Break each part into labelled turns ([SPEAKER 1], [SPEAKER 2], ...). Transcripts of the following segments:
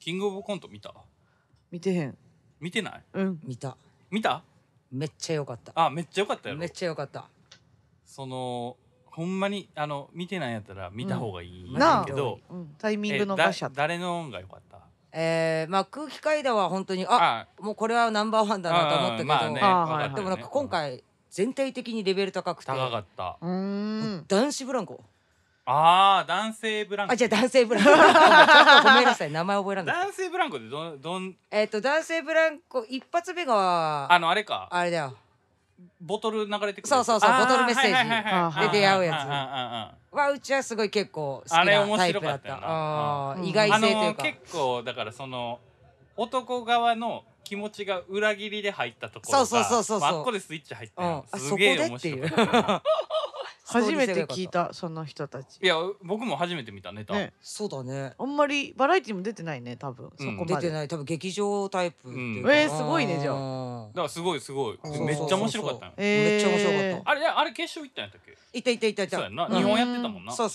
[SPEAKER 1] キングオブコント見た？
[SPEAKER 2] 見てへん。
[SPEAKER 1] 見てない？
[SPEAKER 3] 見た。
[SPEAKER 1] め
[SPEAKER 3] っちゃ良かった。
[SPEAKER 1] あ、めっちゃ良かったやろ。
[SPEAKER 3] めっちゃ良かった。
[SPEAKER 1] ほんまに見てないやったら見た方がいいん
[SPEAKER 2] なあ
[SPEAKER 1] だけど、
[SPEAKER 2] タイミング逃しちゃった。
[SPEAKER 1] 誰のが良かった？
[SPEAKER 3] まあ空気階段は本当にもうこれはナンバーワンだなと思ったけど、でもなんか今回全体的にレベル高くて。
[SPEAKER 1] 高かった。
[SPEAKER 3] 男子ブランコ。
[SPEAKER 1] 男性ブランコ。
[SPEAKER 3] じゃあ男性ブランコ。ちょっとごめんなさい、名前覚えらんない。
[SPEAKER 1] 男性ブランコで
[SPEAKER 3] 男性ブランコ一発目が
[SPEAKER 1] あれか。
[SPEAKER 3] あれだよ。
[SPEAKER 1] ボトル流れてくる。
[SPEAKER 3] そうボトルメッセージで出会うやつはうちはすごい結構好きなタイプだった。意外性というか。
[SPEAKER 1] 結構だから男側の気持ちが裏切りで入ったところがあっこでスイッチ入ったすげえ面白かった。
[SPEAKER 2] 初めて聞いたその人たち。
[SPEAKER 1] いや僕も初めて見たネタ。
[SPEAKER 3] そうだね。
[SPEAKER 2] あんまりバラエティも出てないね多分。そこまで
[SPEAKER 3] 出てない。多分劇場タイプ。
[SPEAKER 2] すごいねじゃあ。
[SPEAKER 1] だからすごいめっちゃ面白かったよ。
[SPEAKER 3] めっちゃ面白かった。
[SPEAKER 1] あれ決勝行ったんやったっけ？
[SPEAKER 3] 行った。
[SPEAKER 1] そうやな。日本やってたもんな。
[SPEAKER 3] そう。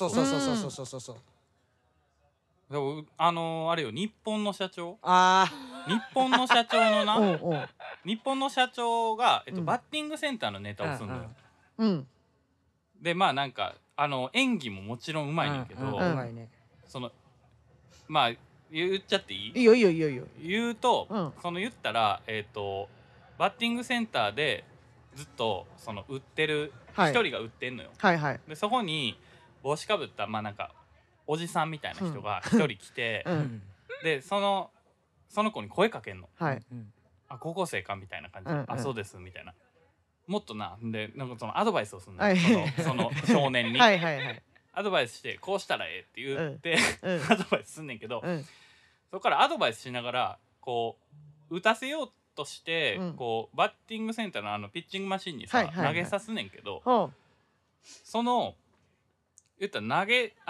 [SPEAKER 1] あれよ日本の社長。日本の社長がバッティングセンターのネタをするのよ。でまあなんか演技ももちろんうまいねんけど、まあ言っちゃっていい？
[SPEAKER 2] いいよ。
[SPEAKER 1] 言うと言ったらバッティングセンターでずっと売ってる一人が売ってんのよ。でそこに帽子かぶったまあなんかおじさんみたいな人が一人来て、でその子に声かけんの。あ高校生かみたいな感じで、あそうですみたいな。もっとなでなんかアドバイスをするのよ、その少年にアドバイスしてこうしたらええって言ってアドバイスすんねんけど、そこからアドバイスしながらこう打たせようとしてこうバッティングセンターのピッチングマシンにさ投げさすねんけど、言ったら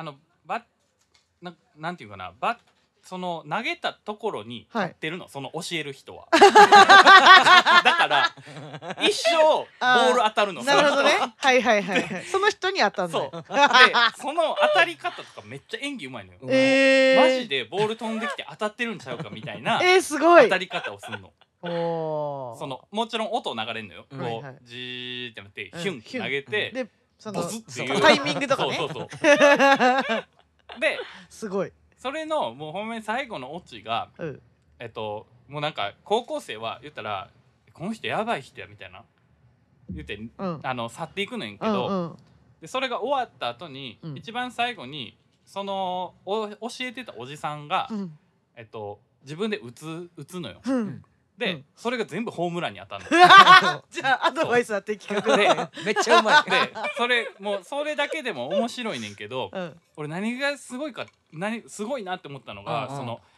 [SPEAKER 1] なんていうかな投げたところに立ってるの、その教える人は。だから一生ボール当たるの。
[SPEAKER 2] なるほどね。その人に当たるの。
[SPEAKER 1] そうでその当たり方とかめっちゃ演技うまいのよ。マジでボール飛んできて当たってるんちゃうかみたいな
[SPEAKER 2] すごい
[SPEAKER 1] 当たり方をするの。もちろん音流れんのよ。こうジーってなってヒュンって投げて
[SPEAKER 2] で
[SPEAKER 1] ボスっていう
[SPEAKER 2] タイミングとかね。
[SPEAKER 1] ですごい。それのもうほんまに最後のオチがもうなんか高校生は言ったらこの人やばい人やみたいな言って去っていくねんけど、でそれが終わった後に一番最後にその教えてたおじさんが自分で打つのよ。でそれが全部ホームランに当たるの。
[SPEAKER 2] じゃあアドバイスは的確
[SPEAKER 3] でめっちゃうまい。
[SPEAKER 1] でそれだけでも面白いねんけど、俺何がすごいなって思ったのが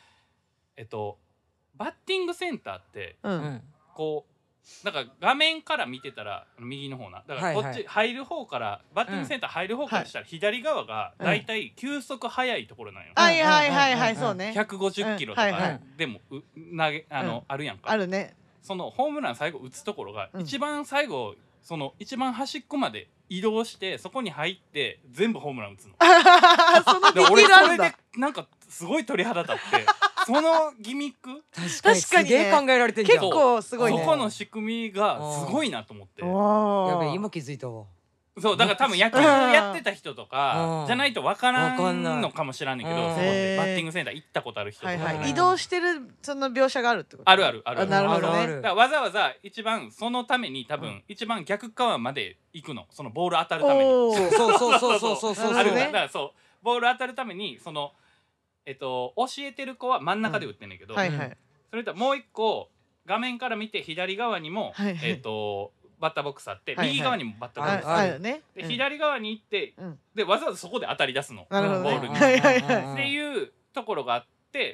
[SPEAKER 1] バッティングセンターってこうなんか画面から見てたら右の方なだからこっち入る方からバッティングセンター入る方からしたら左側がだいたい球速速いところなんよ。
[SPEAKER 2] そうね。
[SPEAKER 1] 150キロとかでも投げあるやんか。
[SPEAKER 2] あるね。
[SPEAKER 1] そのホームラン最後打つところが一番最後一番端っこまで移動してそこに入って全部ホームラン打つの。
[SPEAKER 2] そのビビ
[SPEAKER 1] らんだ。俺それでなんかすごい鳥肌立ってそのギミック
[SPEAKER 3] 確かにね考えられてんじゃん。
[SPEAKER 2] 結構すごいね。
[SPEAKER 1] そこの仕組みがすごいなと思って。
[SPEAKER 3] やべ今気づいたわ。
[SPEAKER 1] そうだから多分野球やってた人とかじゃないと分からんのかもしれないけど、バッティングセンター行ったことある人とか
[SPEAKER 2] 移動してるその描写があるってこと？
[SPEAKER 1] あるあるある。
[SPEAKER 2] なるほどね。
[SPEAKER 1] だからわざわざ一番そのために多分一番逆側まで行くの、そのボール当たるために。
[SPEAKER 3] そう
[SPEAKER 1] あるね。だからそうボール当たるために教えてる子は真ん中で打ってんねんけど、それともう一個画面から見て左側にもバッターボックスあって右側にもバッターボックスあるで左側に行ってでわざわざそこで当たり出すのボールにっていうところがあって、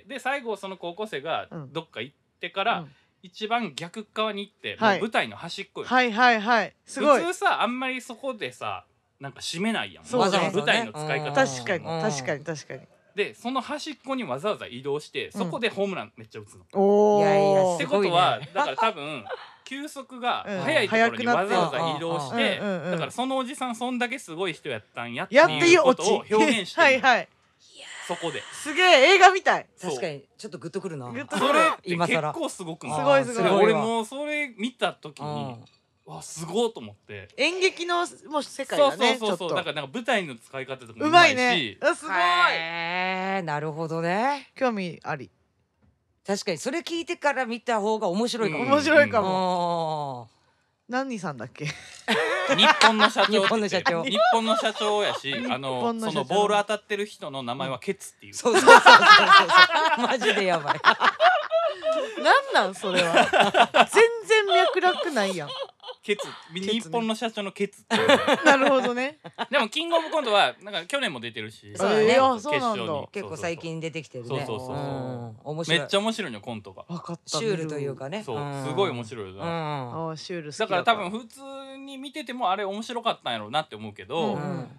[SPEAKER 1] で最後その高校生がどっか行ってから一番逆側に行って舞台の端っこよ。
[SPEAKER 2] すごい。
[SPEAKER 1] 普通さあんまりそこでさなんか締めないやん。わざわざ舞台の使い方。
[SPEAKER 2] 確かに。
[SPEAKER 1] でその端っこにわざわざ移動してそこでホームランめっちゃ打つの。ってことはだから多分球速が速いところにわざわざ移動してだからそのおじさんそんだけすごい人やったんやっていうことを表現してる。 そこで。
[SPEAKER 2] すげえ映画みたい。
[SPEAKER 3] 確かにちょっとグッとくるな。
[SPEAKER 2] グッと
[SPEAKER 1] それって結構すごくない？
[SPEAKER 2] すごいすごい。
[SPEAKER 1] 俺もそれ見た時にわすごいと思って。
[SPEAKER 2] 演劇のもう世界だね。
[SPEAKER 1] そうなんか舞台の使い方とかも
[SPEAKER 2] うまいし。すごい。
[SPEAKER 3] なるほどね。
[SPEAKER 2] 興味あり。
[SPEAKER 3] 確かにそれ聞いてから見た方が面白いかも。
[SPEAKER 2] 面白いかも。何さんだっけ？
[SPEAKER 1] 日本の社長。
[SPEAKER 3] 日本の社長。
[SPEAKER 1] 日本の社長やし、そのボール当たってる人の名前はケツっていう。
[SPEAKER 3] そう。マジでやばい。
[SPEAKER 2] なんそれは。全然脈絡ないやん。
[SPEAKER 1] ケツ、日本の社長のケツ。
[SPEAKER 2] なるほどね。
[SPEAKER 1] でもキングオブコントはなんか去年も出てるし、
[SPEAKER 3] そうだね。
[SPEAKER 2] そうなんだ。
[SPEAKER 3] 結構最近出てきてるね。
[SPEAKER 1] そう。めっちゃ面白いのコントが。
[SPEAKER 2] 分かった。
[SPEAKER 3] シュールというかね。
[SPEAKER 1] そう、すごい面白いな。
[SPEAKER 2] シュール。
[SPEAKER 1] だから多分普通に見ててもあれ面白かったんやろうなって思うけど、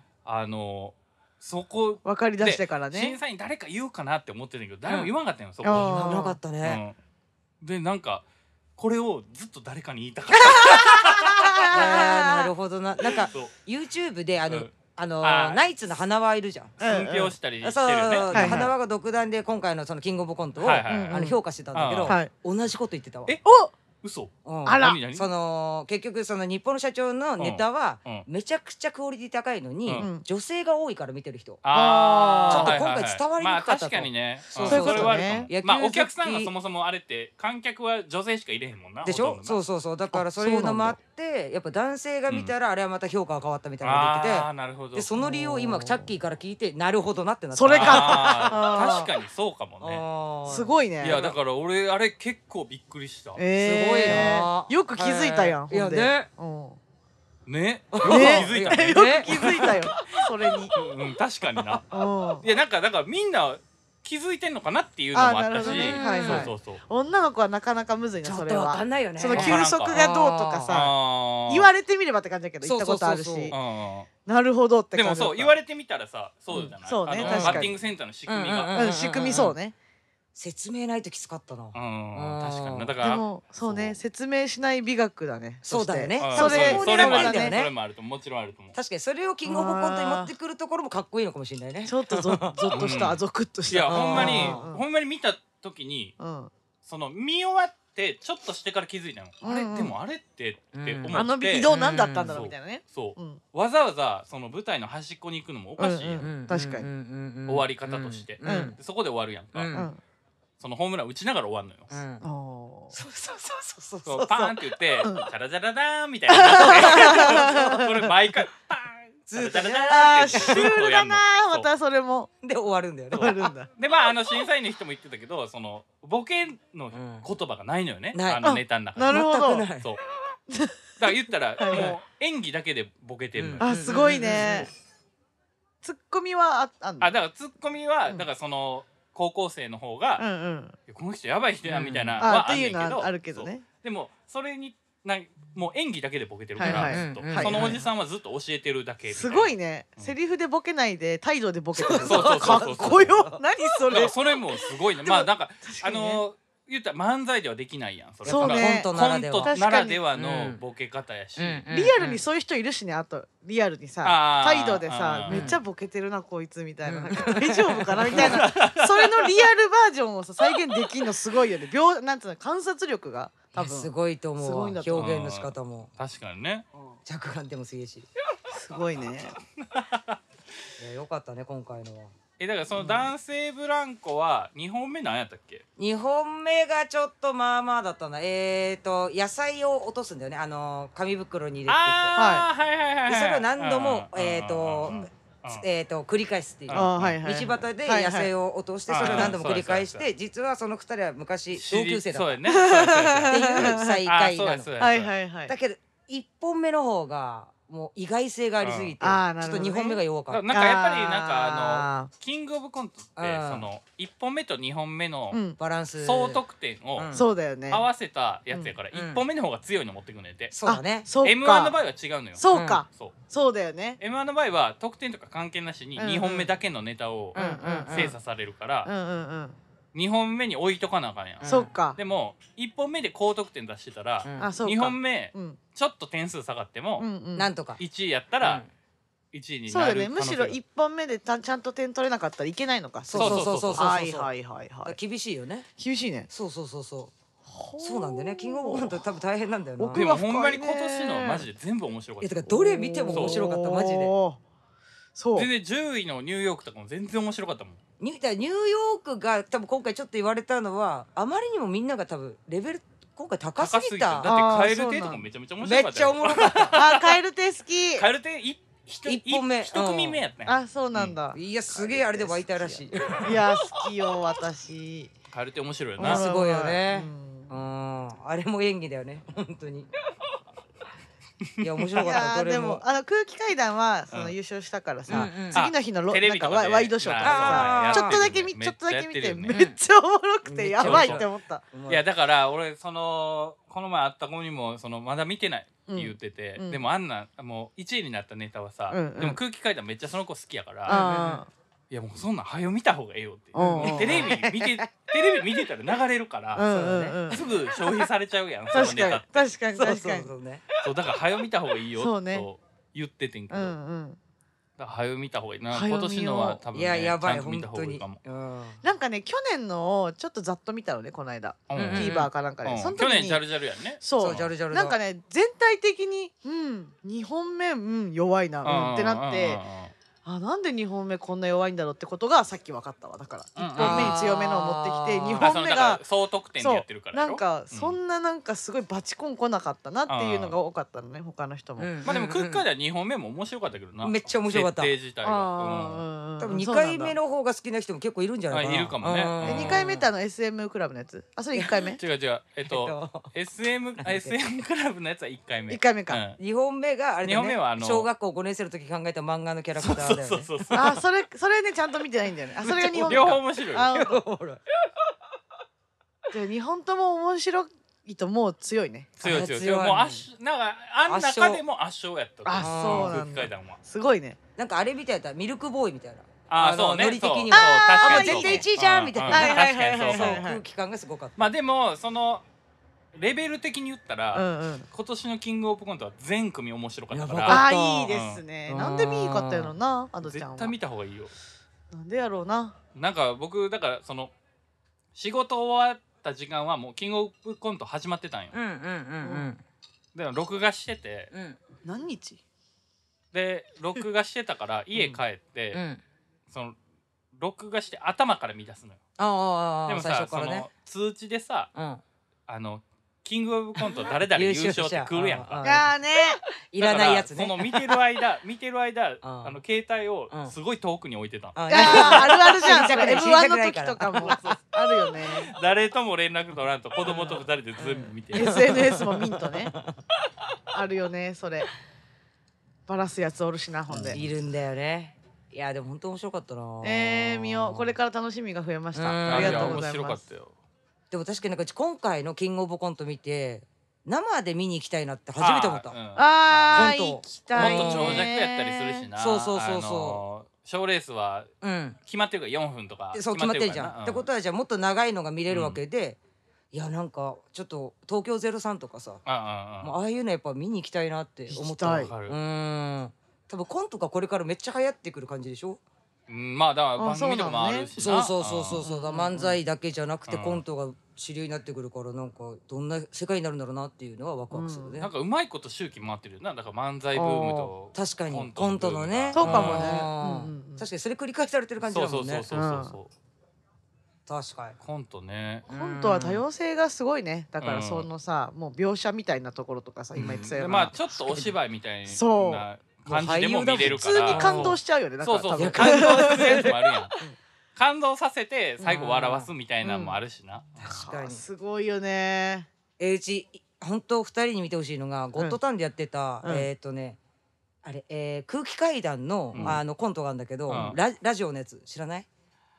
[SPEAKER 1] そこ
[SPEAKER 2] 分かり出してからね。
[SPEAKER 1] 審査員誰か言うかなって思ってたけど誰も言わなかったよ。そこ。
[SPEAKER 3] 言わなかったね。
[SPEAKER 1] でなんかこれをずっと誰かに言いたかった。
[SPEAKER 3] なるほどな。なんか YouTube でナイツの花輪いるじゃん。
[SPEAKER 1] 寸評したりしてるよね。
[SPEAKER 3] 花輪が独断で今回のそのキングオブコントを評価してたんだけど、同じこと言ってたわ。
[SPEAKER 1] 嘘。
[SPEAKER 3] あら、その結局その日本の社長のネタはめちゃくちゃクオリティ高いのに女性が多いから見てる人。ちょっと今回伝わりにくかったと。
[SPEAKER 1] 確かにね。
[SPEAKER 2] そういうことね。
[SPEAKER 1] まあお客さんがそもそもあれって観客は女性しか入れへんもんな。
[SPEAKER 3] でしょ。そうだからそういうのもあってやっぱ男性が見たらあれはまた評価が変わったみたいなのが出てて。
[SPEAKER 1] なるほど。
[SPEAKER 3] でその理由を今チャッキーから聞いてなるほどなってなった。
[SPEAKER 2] それか。
[SPEAKER 1] 確かにそうかも
[SPEAKER 2] ね。すごいね。
[SPEAKER 1] いやだから俺あれ結構びっくりした。
[SPEAKER 3] すごいな。
[SPEAKER 2] よく気づいたやん。
[SPEAKER 3] いやね。
[SPEAKER 1] ね。よく気づいたね。
[SPEAKER 2] よく気づいたよ。それに。
[SPEAKER 1] 確かにな。いやなんかだからみんな気づいてんのかなっていうのもあったし。そう。
[SPEAKER 2] 女の子はなかなかむずいなそれは。
[SPEAKER 3] わかんないよね。
[SPEAKER 2] その休息がどうとかさ、言われてみればって感じだけど言ったことあるし。なるほどって感じ。
[SPEAKER 1] でもそう言われてみたらさ、そうじゃない。
[SPEAKER 2] そうね。
[SPEAKER 1] バッティングセンターの仕組みが。
[SPEAKER 2] 仕組みそうね。
[SPEAKER 3] 説明ないときつかったな。
[SPEAKER 1] 確かに。だから
[SPEAKER 2] でもそうね、説明しない美学だね。
[SPEAKER 3] そうだよね。
[SPEAKER 1] それもあるね。それもあるともちろんあると思う。
[SPEAKER 3] 確かにそれをキングオブコントに持ってくるところもかっこいいのかもしれないね。
[SPEAKER 2] ちょっとゾッとしたゾクッとした。
[SPEAKER 1] いやほんまに見た時にその見終わってちょっとしてから気づいたの。あれでもあれってって思って。
[SPEAKER 2] あの移動なんだったんだろうみたいなね。
[SPEAKER 1] そうわざわざその舞台の端っこに行くのもおかしいやん。
[SPEAKER 2] 確かに。
[SPEAKER 1] 終わり方としてそこで終わるやんか。そのホームラン打ちながら終わんのよ。そうパーンって言ってチャラチャラダーンみたいな。それ毎回パーンチャラチャラダーンって
[SPEAKER 2] シュールだな。またそれも
[SPEAKER 3] で終わるんだよね。
[SPEAKER 2] 終わるんだ。
[SPEAKER 1] でまあ審査員の人も言ってたけどそのボケの言葉がないのよね。ネタの中で。
[SPEAKER 2] なるほど。
[SPEAKER 1] そうだから言ったらもう演技だけでボケてるのよ。
[SPEAKER 2] すごいね。ツッコミはあんの？
[SPEAKER 1] だからツッコミはだからその高校生の方がこの人やばい人やみたいなはあんねんけど、
[SPEAKER 2] あるけどね。
[SPEAKER 1] でもそれにもう演技だけでボケてるからずっとそのおじさんはずっと教えてるだけ。
[SPEAKER 2] すごいね。セリフでボケないで態度でボケてる。
[SPEAKER 1] そう
[SPEAKER 2] かっこよ。何それ。
[SPEAKER 1] それもすごいね。まあなんか言ったら漫才ではできないやん。
[SPEAKER 2] そうね。
[SPEAKER 3] コント
[SPEAKER 1] ならではのボケ方やし、
[SPEAKER 2] リアルにそういう人いるしね。あとリアルにさ態度でさめっちゃボケてるなこいつみたいな、大丈夫かなみたいな、それのリアルバージョンをさ再現できんのすごいよね。なんていうの、観察力が多分
[SPEAKER 3] すごいと思うわ。表現の仕方も
[SPEAKER 1] 確かにね。
[SPEAKER 3] 着眼点もすげえし、
[SPEAKER 2] すごいね。
[SPEAKER 3] いやよかったね今回のは。
[SPEAKER 1] だからその男性ブランコは2本目何やったっけ
[SPEAKER 3] ？2本目がちょっとまあまあだったな。野菜を落とすんだよね。紙袋に入れてて、
[SPEAKER 1] はい
[SPEAKER 3] それを何度も繰り返すっていう。道端で野菜を落としてそれを何度も繰り返して、実はその2人は昔同級生だったっていう再会なの。だけど1本目の方がもう意外性がありすぎてちょっと2本目が弱かった。
[SPEAKER 1] なんかやっぱりなんかキングオブコントってその1本目と2本目の
[SPEAKER 3] バランス
[SPEAKER 1] 総得点を合わせたやつやから1本目の方が強いの持ってくんねんて。
[SPEAKER 3] そうだね。
[SPEAKER 1] M1 の場合は違うのよ。
[SPEAKER 2] そうか、そうだよね。
[SPEAKER 1] M1 の場合は得点とか関係なしに2本目だけのネタを精査されるから2本目に置いとかなあかんやん。
[SPEAKER 2] そうか。
[SPEAKER 1] でも1本目で高得点出してたら2本目ちょっと点数下がっても
[SPEAKER 3] なんとか
[SPEAKER 1] 1位やったら 1位に
[SPEAKER 2] そうだ
[SPEAKER 1] なる
[SPEAKER 2] ねむしろ1本目でちゃんと点取れなかったらいけないのか
[SPEAKER 3] そう
[SPEAKER 2] はいはいはいはい
[SPEAKER 3] 厳しいよね
[SPEAKER 2] 厳しいね
[SPEAKER 3] そうなんだよねキングオブコント多分大変なんだよな
[SPEAKER 1] でもほんまに今年のマジで全部面白かった
[SPEAKER 3] いやだからどれ見ても面白かったマジで
[SPEAKER 2] そう
[SPEAKER 1] 全然10位のニューヨークとかも全然面白かったもん
[SPEAKER 3] ニューヨークが多分今回ちょっと言われたのはあまりにもみんなが多ブレベル今回高すぎた
[SPEAKER 1] だって蛙亭とかめちゃめちゃ面白かった
[SPEAKER 3] めっちゃおもろかった
[SPEAKER 2] 蛙亭好き
[SPEAKER 1] 蛙亭
[SPEAKER 3] 1本目
[SPEAKER 1] 1組目やったね
[SPEAKER 2] あそうなんだ
[SPEAKER 3] いやすげえあれで湧いたらしい
[SPEAKER 2] いや好きよ私
[SPEAKER 1] 蛙亭面白いよな
[SPEAKER 3] すごいよねあれも演技だよね本当にいや面白かった
[SPEAKER 2] でも空気階段はその優勝したからさ次の日のなんかワイドショーとかさちょっとだけ見てめっちゃおもろくてやばいって思った
[SPEAKER 1] いやだから俺この前会った子にもまだ見てないって言っててでもあんなもう1位になったネタはさでも空気階段めっちゃその子好きやからいやもうそんなん早見た方がええよってテレビ見てたら流れるからすぐ消費されちゃうやんそのネタって
[SPEAKER 2] 確かに
[SPEAKER 1] そうだから早見た方がいいよと言っててんけどだから早見た方がいいな今年のは多分ねちゃんと見た方がいいかも
[SPEAKER 2] なんかね去年のをちょっとざっと見たのねこの間 TVer かなんかで
[SPEAKER 1] 去年ジャルジャルやんね
[SPEAKER 2] そうなんかね全体的に2本目弱いなってなってなんで2本目こんな弱いんだろうってことがさっき分かったわだから1本目に強めのを持ってきて2本目が
[SPEAKER 1] 総得点でやってるから
[SPEAKER 2] なんかそんななんかすごいバチコン来なかったなっていうのが多かったのね他の人も
[SPEAKER 1] まあでも空気階段2本目も面白かったけどな
[SPEAKER 3] めっちゃ面白かった
[SPEAKER 1] 設定自体が
[SPEAKER 3] 多分2回目の方が好きな人も結構いるんじゃないかない
[SPEAKER 1] るかもね
[SPEAKER 2] 2回目ってSM クラブのやつそれ1回目
[SPEAKER 1] 違うSM クラブのやつは1回目
[SPEAKER 2] 1回目か
[SPEAKER 3] 2本目があれだね小学校5年生の時考えた漫画のキャラクターだよね
[SPEAKER 2] それねちゃんと見てないんだよねそれが2本目
[SPEAKER 1] 両方面白い
[SPEAKER 2] じゃあ2本とも面白いともう強いね
[SPEAKER 1] 強いもうなんかあん中でも圧勝やった
[SPEAKER 2] そうなんだすごいね
[SPEAKER 3] なんかあれみたいだミルクボーイみたい
[SPEAKER 1] なそうね
[SPEAKER 3] ノリ的には
[SPEAKER 1] 絶
[SPEAKER 3] 対1位じゃんみたいな
[SPEAKER 1] 確かにそう
[SPEAKER 3] 空気感がすごかった
[SPEAKER 1] まあでもそのレベル的に言ったら今年のキングオブコントは全組面白かったから
[SPEAKER 2] いいですねなんで見にくかったやろなアドちゃんは
[SPEAKER 1] 絶対見た方がいいよ
[SPEAKER 2] なんでやろうな
[SPEAKER 1] なんか僕だからその仕事終わった時間はもうキングオブコント始まってたんよでも録画してて
[SPEAKER 2] 何日
[SPEAKER 1] で録画してたから家帰ってその録画して頭から見出すのよでもさその通知でさキングオブコント誰々優勝って来るやんか
[SPEAKER 3] いらないやつね
[SPEAKER 1] その見てる間携帯をすごい遠くに置いてた
[SPEAKER 2] あるあるじゃん M1 の時とかもあるよね
[SPEAKER 1] 誰とも連絡取らんと子供と2人で全部見て
[SPEAKER 2] SNS もミントねあるよねそれバラすやつおるしなほんで
[SPEAKER 3] いるんだよねいやでも本当面白かったな
[SPEAKER 2] 見ようこれから楽しみが増えましたありがとうございます
[SPEAKER 1] 面白かったよ
[SPEAKER 3] でも確かになんか今回のキングオブコント見て生で見に行きたいなって初めて思った
[SPEAKER 2] 行きたい
[SPEAKER 1] もっと長尺やったりするしな
[SPEAKER 3] そう
[SPEAKER 1] 賞レースは決まってるから4分とか
[SPEAKER 3] そう決まってるじゃんってことはじゃあもっと長いのが見れるわけでいやなんかちょっと東京03とかさもうああいうのやっぱ見に行きたいなって思った多分コントがこれからめっちゃ流行ってくる感じでしょ
[SPEAKER 1] まあだから番組とかもあるしな
[SPEAKER 3] そう漫才だけじゃなくてコントが主流になってくるからなんかどんな世界になるんだろうなっていうのはワクワクするね
[SPEAKER 1] なんかうまいこと周期回ってるよなだから漫才ブームと
[SPEAKER 3] 確かにコントのね
[SPEAKER 2] そうかもね
[SPEAKER 3] 確かにそれ繰り返されてる感じだもんね
[SPEAKER 1] そう
[SPEAKER 3] 確かに
[SPEAKER 1] コントね
[SPEAKER 2] コントは多様性がすごいねだからそのさもう描写みたいなところとかさ今言ってたような
[SPEAKER 1] まあちょっとお芝居みたいな感じでも見れるから
[SPEAKER 2] 普通に感動しちゃうよね
[SPEAKER 1] そう感動するやつもあるやん感動させて最後笑わすみたいなのもあるしな
[SPEAKER 3] 確かに
[SPEAKER 2] すごいよね
[SPEAKER 3] うち本当2人に見てほしいのがゴッドタンでやってたあれ空気階段のコントがあるんだけどラジオのやつ知らない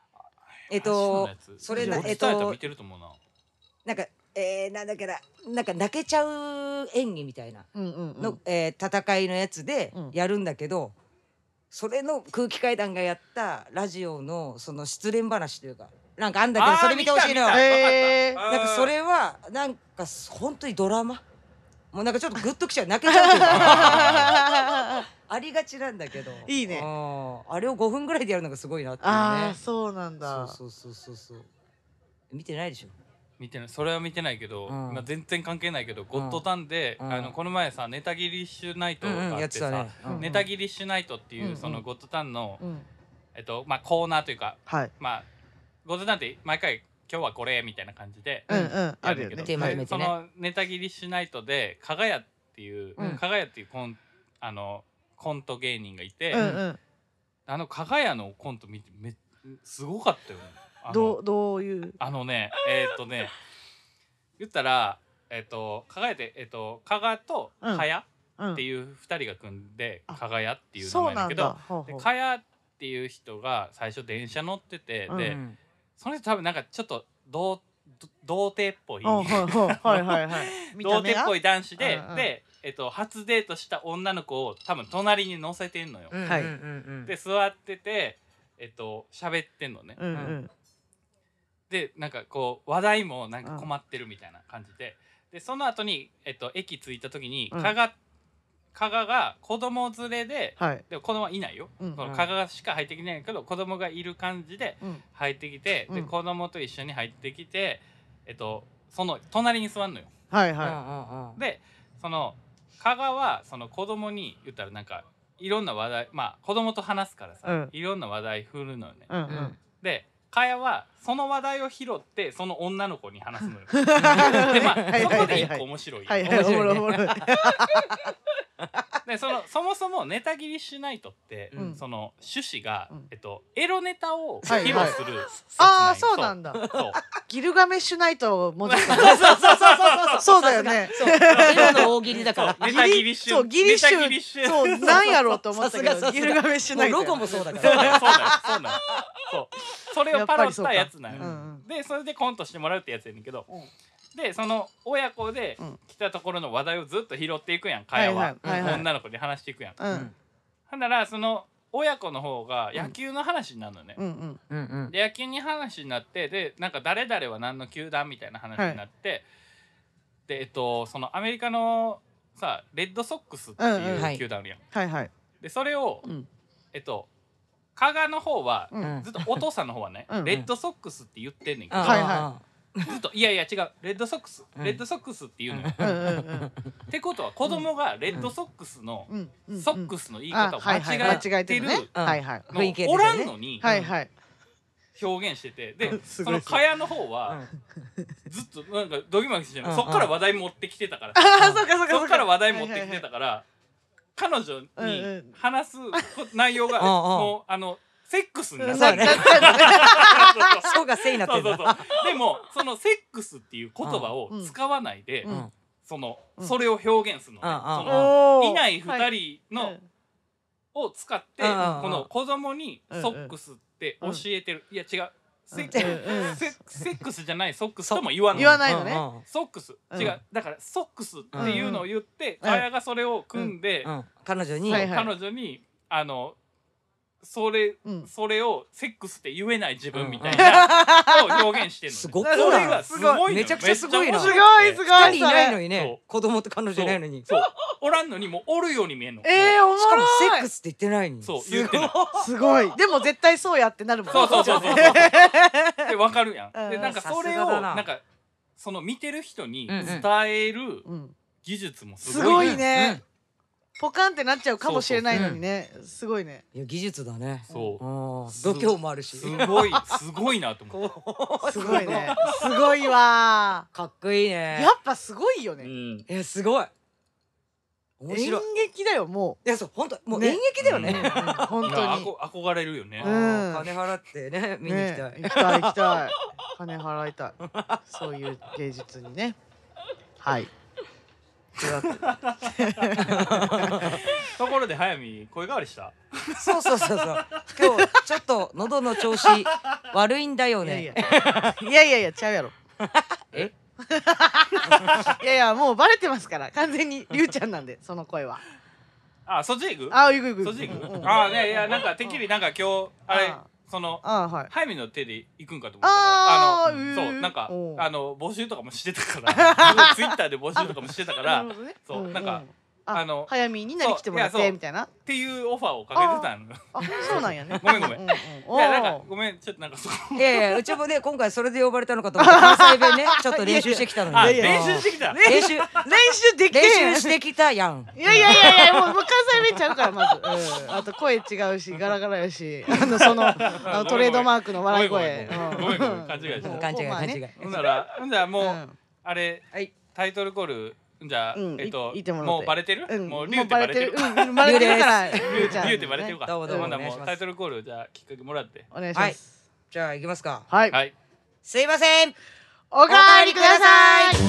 [SPEAKER 3] それ
[SPEAKER 1] 見てると思うな
[SPEAKER 3] なんかなんだっけななんか泣けちゃう演技みたいなの戦いのやつでやるんだけどそれの空気階段がやったラジオのその失恋話というかなんかあんだけどそれ見てほしいのよ。なんかそれはなんか本当にドラマもうなんかちょっとグッときちゃう、泣けちゃうというかありがちなんだけど、
[SPEAKER 2] いいね。
[SPEAKER 3] あれを5分ぐらいでやるのがすごいなっていうね。
[SPEAKER 2] ああ、そうなんだ。
[SPEAKER 3] そう見てないでしょ。
[SPEAKER 1] 見てない、それは見てないけど、まあ全然関係ないけど、ゴッドタンでこの前さネタギリッシュナイトがあってさ、ネタギリッシュナイトっていうそのゴッドタンのまあコーナーというか、まあゴッドタンって毎回今日はこれみたいな感じでやるけど、そのネタギリッシュナイトでかがやっていうコント芸人がいて、かがやのコント見てすごかったよね。
[SPEAKER 2] どういう
[SPEAKER 1] 言ったらかがやでかがとかやっていう2人が組んでかがやっていう名前だけど、かやっていう人が最初電車乗ってて、でその人多分なんかちょっと童貞っぽい童貞っぽい男子で初デートした女の子を多分隣に乗せてんのよ。で座ってて喋ってんのね。でなんかこう話題もなんか困ってるみたいな感じで、その後に駅着いた時に加賀が子供連れで、でも子供はいないよ、加賀しか入ってきてないけど子供がいる感じで入ってきて、で子供と一緒に入ってきてその隣に座んのよ。でその加賀はその子供に言ったらなんかいろんな話題、まあ子供と話すからさ、いろんな話題振るのよね。でかやはその話題を拾ってその女の子に話すのよ。でまあそこで一個面白い。でそもそもネタギリッシュナイトって、その趣旨がエロネタを披露する。
[SPEAKER 2] ああそうなんだ。ギルガメッシュナイトをもじった。そうだよね。
[SPEAKER 3] エロの大喜利だから。
[SPEAKER 1] ネタギリッシュ。
[SPEAKER 2] そうギリッシュ。そうなんやろうと思ったけどギルガメッシュナイト。
[SPEAKER 3] ロゴもそうだから。
[SPEAKER 1] そうなん。それをパロったやつなんよ。でそれでコントしてもらうってやつやねんけど、でその親子で来たところの話題をずっと拾っていくやん、会話は女の子で話していくやん。ほんならその親子の方が野球の話になるのね。で野球に話になって、でなんか誰々は何の球団みたいな話になって、でそのアメリカのさレッドソックスっていう球団あるやん。でそれを加賀の方はずっとお父さんの方はねレッドソックスって言ってんねんけど、ずっといやいや違うレッドソックスって言うのよ。ってことは子供がレッドソックスのソックスの言い方を間違えてるのおらんのに表現してて、でそのかやの方はずっとなんかドギマギしてるの。そっから話題持ってきてたから、そっから話題持ってきてたから、彼女に話す内容がもうセックスになってる。
[SPEAKER 3] そうがせいになってる。
[SPEAKER 1] でもそのセックスっていう言葉を使わないでそれを表現するのね。そのいない2人のを使ってこの子供にソックスって教えてる。いや違う、セックスじゃないソックスとも言わ
[SPEAKER 2] ないのね。
[SPEAKER 1] ソックス違う、だからソックスっていうのを言ってかやがそれを組んで
[SPEAKER 3] 彼女に
[SPEAKER 1] それをセックスって言えない自分みたいなを表現してるの。
[SPEAKER 3] すごく
[SPEAKER 1] それがすごい、
[SPEAKER 3] めちゃくちゃすごいな。
[SPEAKER 2] すごい
[SPEAKER 3] 2人いないのにね、子供と彼女いないのに、
[SPEAKER 1] おらんのにもうおるように見えるの。
[SPEAKER 2] おもろい。
[SPEAKER 3] しかもセックスって言ってないに。
[SPEAKER 1] そう言ってない。
[SPEAKER 2] すごい。でも絶対そうやってなるもん。
[SPEAKER 1] そうで分かるやん。でなんかそれをなんかその見てる人に伝える技術もすごい
[SPEAKER 2] ね。ポカンってなっちゃうかもしれないのにね、すごいね。
[SPEAKER 3] いや技術だね。
[SPEAKER 1] そう。
[SPEAKER 3] 度胸もあるし。
[SPEAKER 1] すごいなと思って。
[SPEAKER 2] すごいね。すごいわ。
[SPEAKER 3] かっこいいね。
[SPEAKER 2] やっぱすごいよね。
[SPEAKER 3] いやすごい。面白い。
[SPEAKER 2] 演劇だよも
[SPEAKER 3] う。いやそう本当もう演劇だよね。
[SPEAKER 2] 本当に。
[SPEAKER 1] 憧れるよね。
[SPEAKER 3] 金払ってね見に行きたい。
[SPEAKER 2] 行きたい。金払いたい。そういう芸術にね。はい。
[SPEAKER 1] ところで早見声変わりした。
[SPEAKER 3] そう今日ちょっと喉の調子悪いんだよね。
[SPEAKER 2] いやちゃうやろ。いやもうバレてますから、完全にりゅうちゃんなんでその声は。
[SPEAKER 1] そっち行く？
[SPEAKER 2] 行く。
[SPEAKER 1] そっち行く？いやなんかてっきりなんか今日あれその早見の手で行くんかと思ったらそうなんか募集とかもしてたからツイッターで募集とかもしてたからそうなんか
[SPEAKER 2] 早見になりきてもらってみたいな
[SPEAKER 1] っていうオファーをかけてたの。
[SPEAKER 2] あ、そうなんやね。
[SPEAKER 1] ごめんごめん。いやなんかごめんちょっとなんかそう。
[SPEAKER 3] いやいやうちもね今回それで呼ばれたのかと思って関西弁ねちょっと練習してきたのに。
[SPEAKER 1] 練習してきた。
[SPEAKER 3] 練習
[SPEAKER 2] できて
[SPEAKER 3] 練習してきたやん。
[SPEAKER 2] いやいやいやいやもう関西弁ちゃうからまず。あと声違うしガラガラやしそのトレードマークの笑い声。
[SPEAKER 1] ごめんごめん勘違いした。
[SPEAKER 3] 勘違い。
[SPEAKER 1] ほんならもうあれタイトルコール。じゃあもうバレてる？もうリュウってバレてる？
[SPEAKER 2] バレてるからリ
[SPEAKER 1] ュウってバレてるか。ほんならもうタイトルコールじゃあきっかけもらって。
[SPEAKER 2] お願いします。
[SPEAKER 3] じゃあ行きますか。
[SPEAKER 2] はい。
[SPEAKER 3] すいません。
[SPEAKER 2] おかわりください。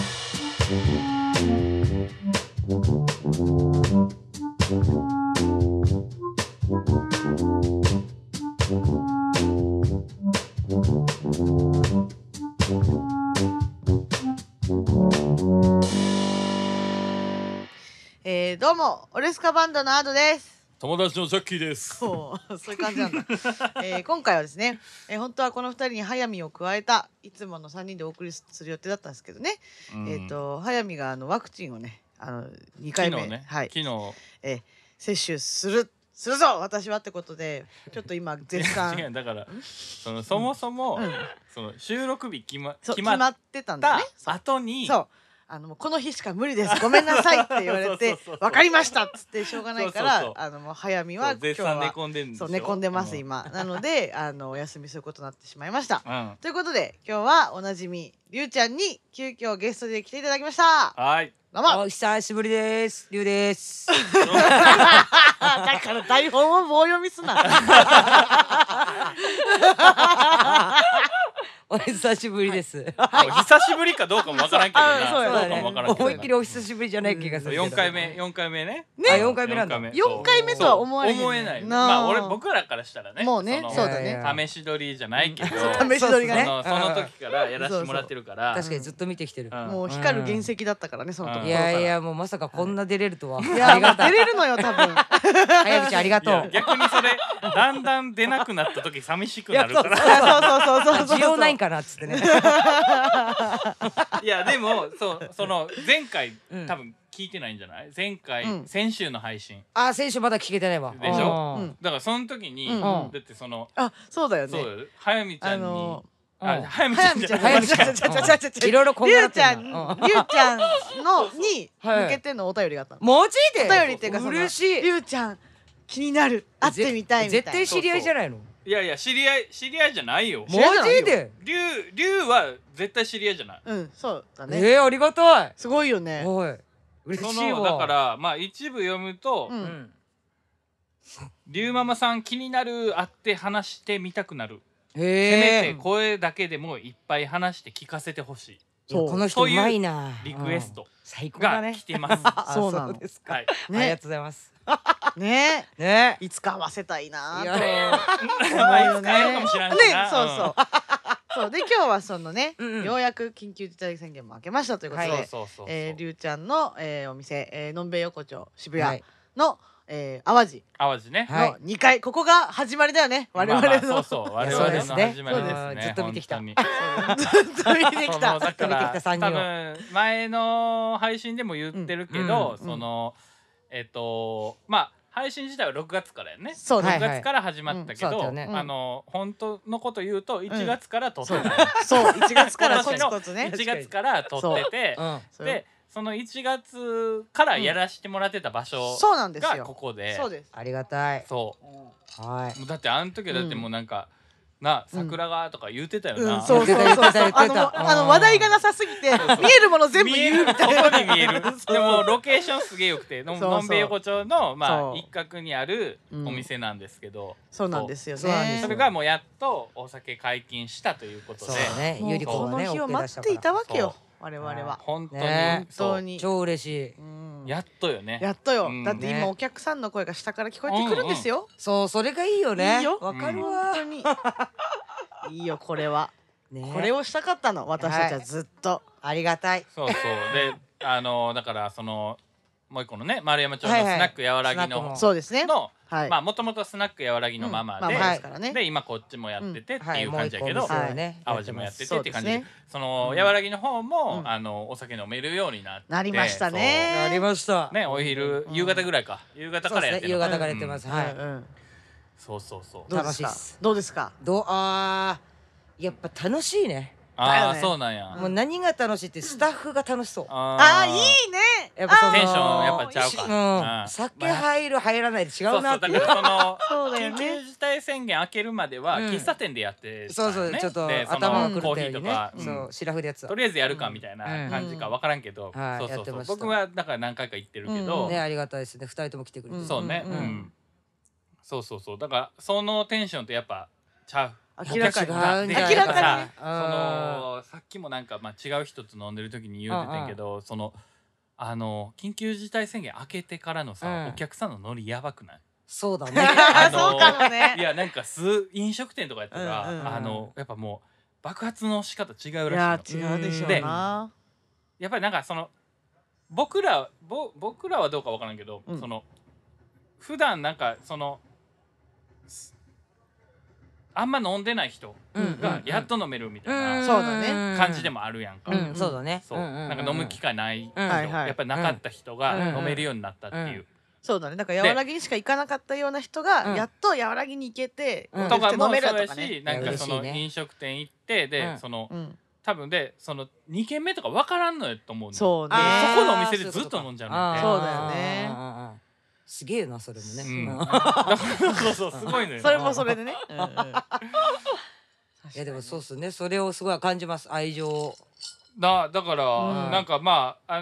[SPEAKER 2] どうもオレスカバンドのアドです。
[SPEAKER 1] 友達のジャッキーです。
[SPEAKER 2] そういう感じなんだ。今回はですね、本当はこの2人に早見を加えたいつもの3人でお送りする予定だったんですけどね、早見がワクチンをね2回目
[SPEAKER 1] 昨日
[SPEAKER 2] 接種するぞ私はってことでちょっと今絶賛
[SPEAKER 1] 違うだからそもそもその収録日決ま
[SPEAKER 2] ってたんだね。
[SPEAKER 1] 後に
[SPEAKER 2] そうもうこの日しか無理ですごめんなさいって言われて分かりましたっつってしょうがないからもう早見は今日は寝込んでます今なのでお休みすることになってしまいました。ということで今日はおなじみりゅうちゃんに急遽ゲストで来ていただきました。
[SPEAKER 1] はい。
[SPEAKER 3] どうもお久しぶりです。りゅうです。
[SPEAKER 2] だから台本を棒読みすな。
[SPEAKER 3] お久しぶりです。
[SPEAKER 1] 久しぶりかどうかもわからんけどな。
[SPEAKER 3] そうだね。思いっきりお久しぶりじゃない気がする。
[SPEAKER 1] 4回目ね。
[SPEAKER 3] 4回目なんだ。
[SPEAKER 2] 4回目とは思えない。
[SPEAKER 1] まあ僕らからしたらね。
[SPEAKER 2] もうね、そうだね。
[SPEAKER 1] 試し撮りじゃないけど。
[SPEAKER 2] 試し撮りがね。
[SPEAKER 1] その時からやらせてもらってるから。
[SPEAKER 3] 確かにずっと見てきてる。
[SPEAKER 2] もう光る原石だったからねその時。
[SPEAKER 3] いやいやもうまさかこんな出れるとは。
[SPEAKER 2] いや出れるのよ多分。
[SPEAKER 3] 早口ありがとう。
[SPEAKER 1] 逆にそれだんだん出なくなった時寂しくなるから。
[SPEAKER 3] 需要ないんかなっつってね。
[SPEAKER 1] いやでもその前回多分聞いてないんじゃない？前回先週の配信。
[SPEAKER 3] 先週まだ聞けてないわ。
[SPEAKER 1] でしょ？だからその時にだって
[SPEAKER 2] そうだよね。
[SPEAKER 1] 早見ちゃんに早見ちゃん
[SPEAKER 3] いろいろこんがらってん
[SPEAKER 2] な。りゅうちゃんのに向けてのお便りがあったの。
[SPEAKER 3] マジで？
[SPEAKER 2] お便りっていうか
[SPEAKER 3] 嬉しい。
[SPEAKER 2] りゅうちゃん気になる会ってみたいみたいな。
[SPEAKER 3] 絶対知り合いじゃないの？
[SPEAKER 1] いやいや知り合いじゃないよ。
[SPEAKER 3] マジで？
[SPEAKER 1] りゅうは絶対知り合いじゃない。
[SPEAKER 2] そうだね。
[SPEAKER 3] ありがたい。
[SPEAKER 2] すごいよね。
[SPEAKER 3] 嬉しいわ。
[SPEAKER 1] だからまあ一部読むとりゅうママさん気になる会って話してみたくなる。せめて声だけでもいっぱい話して聞かせてほしい。
[SPEAKER 3] この人うまいな。
[SPEAKER 1] リクエスト
[SPEAKER 3] が
[SPEAKER 1] 来てます。
[SPEAKER 2] そうなのです
[SPEAKER 3] か。ありがとうございます。
[SPEAKER 2] ねいつか合わせたいなと思う
[SPEAKER 1] よね。
[SPEAKER 2] そうで今日はそのねようやく緊急事態宣言も明けましたということでりゅうちゃんのお店のんべい横丁渋谷の淡路
[SPEAKER 1] ね
[SPEAKER 2] の2階ここが始まりだよね我々の。
[SPEAKER 1] 我々の始まりですね。
[SPEAKER 3] ずっと見てきた。
[SPEAKER 2] ずっと見てきた。
[SPEAKER 1] だから多分前の配信でも言ってるけどまあ配信自体は6月からやね。6月から始まったけど本当のこと言うと1月から撮ってた。
[SPEAKER 2] そう1月からコツコツね。
[SPEAKER 1] 1月から撮っててでその1月からやらしてもらってた場所がここで。
[SPEAKER 3] ありがたい。
[SPEAKER 1] そうだってあの時だってもうなんか桜がとか言ってたよな。
[SPEAKER 2] そう話題がなさすぎて見えるもの全部言うみたいな。
[SPEAKER 1] ここに見える。でもロケーションすげえよくてのんべい横丁の一角にあるお店なんですけど。
[SPEAKER 2] そうなんですよね。
[SPEAKER 1] それがもうやっとお酒解禁したということで
[SPEAKER 2] この日を待っていたわけよ我々は。
[SPEAKER 1] 本当に
[SPEAKER 3] 超嬉し
[SPEAKER 1] い。やっとよね。
[SPEAKER 2] やっとよ。だって今お客さんの声が下から聞こえてくるんですよ。
[SPEAKER 3] そうそれがいいよね。わかるわ。
[SPEAKER 2] いいよこれは。これをしたかったの私たちはずっと。
[SPEAKER 3] ありがたい。
[SPEAKER 1] そうでだからもう一個のね丸山町のスナックやわらぎの
[SPEAKER 2] そうですね
[SPEAKER 1] まあもともとスナックやわらぎのママで今こっちもやっててっていう感じやけど淡路もやっててって感じでそのやわらぎの方もお酒飲めるようになり
[SPEAKER 2] ましたね。
[SPEAKER 3] なりました
[SPEAKER 1] ね。お昼夕方ぐらいか夕方からやってる
[SPEAKER 3] 夕方からやってます。はい。
[SPEAKER 1] そう
[SPEAKER 2] 楽しいです。どうですか。
[SPEAKER 3] やっぱ楽しいね。
[SPEAKER 1] そうなんや。
[SPEAKER 3] もう何が楽しいってスタッフが楽しそう。
[SPEAKER 2] いいね。
[SPEAKER 1] やっぱテンションやっぱちゃうか。
[SPEAKER 3] 酒入る入らないで違うなって。
[SPEAKER 1] だからその緊急事態宣言明けるまでは喫茶店でやって
[SPEAKER 3] そうちょっと頭が狂ったようにね。そうシラフでやってた。
[SPEAKER 1] とりあえずやるかみたいな感じか分からんけど、そう僕はだから何回か行ってるけど、
[SPEAKER 3] ねありがたいですね。2人とも来てくれて。
[SPEAKER 1] そうね。そうだからそのテンションってやっぱちゃう。
[SPEAKER 2] 明らかに
[SPEAKER 1] さっきもなんか違う人と飲んでる時に言うてたんけどその緊急事態宣言明けてからのさお客さんのノリやばくない？
[SPEAKER 3] そうだね。
[SPEAKER 2] そうかもね。
[SPEAKER 1] いやなんか飲食店とかやったらやっぱもう爆発の仕方違うらしいの。
[SPEAKER 2] 違うでしょうな。
[SPEAKER 1] やっぱりなんかその僕らはどうかわからんけどその普段なんかそのあんま飲んでない人がやっと飲めるみたいな感じでもあるやんか。
[SPEAKER 3] そうだね。
[SPEAKER 1] なんか飲む機会ない人やっぱりなかった人が飲めるようになったっていう。
[SPEAKER 2] そうだね。だからやわらぎにしか行かなかったような人がやっとやわらぎに行けて
[SPEAKER 1] とかもそうやし、なんかその飲食店行ってでその多分でその2軒目とか分からんのよと思うの。
[SPEAKER 2] そうね。
[SPEAKER 1] そこのお店でずっと飲んじゃうの。
[SPEAKER 2] そうだよね。
[SPEAKER 3] すげえなそれもね。
[SPEAKER 1] そうすごいのよ。
[SPEAKER 2] それもそれでね。
[SPEAKER 3] いやでもそうっすね。それをすごい感じます。愛情。
[SPEAKER 1] だからなんかまあ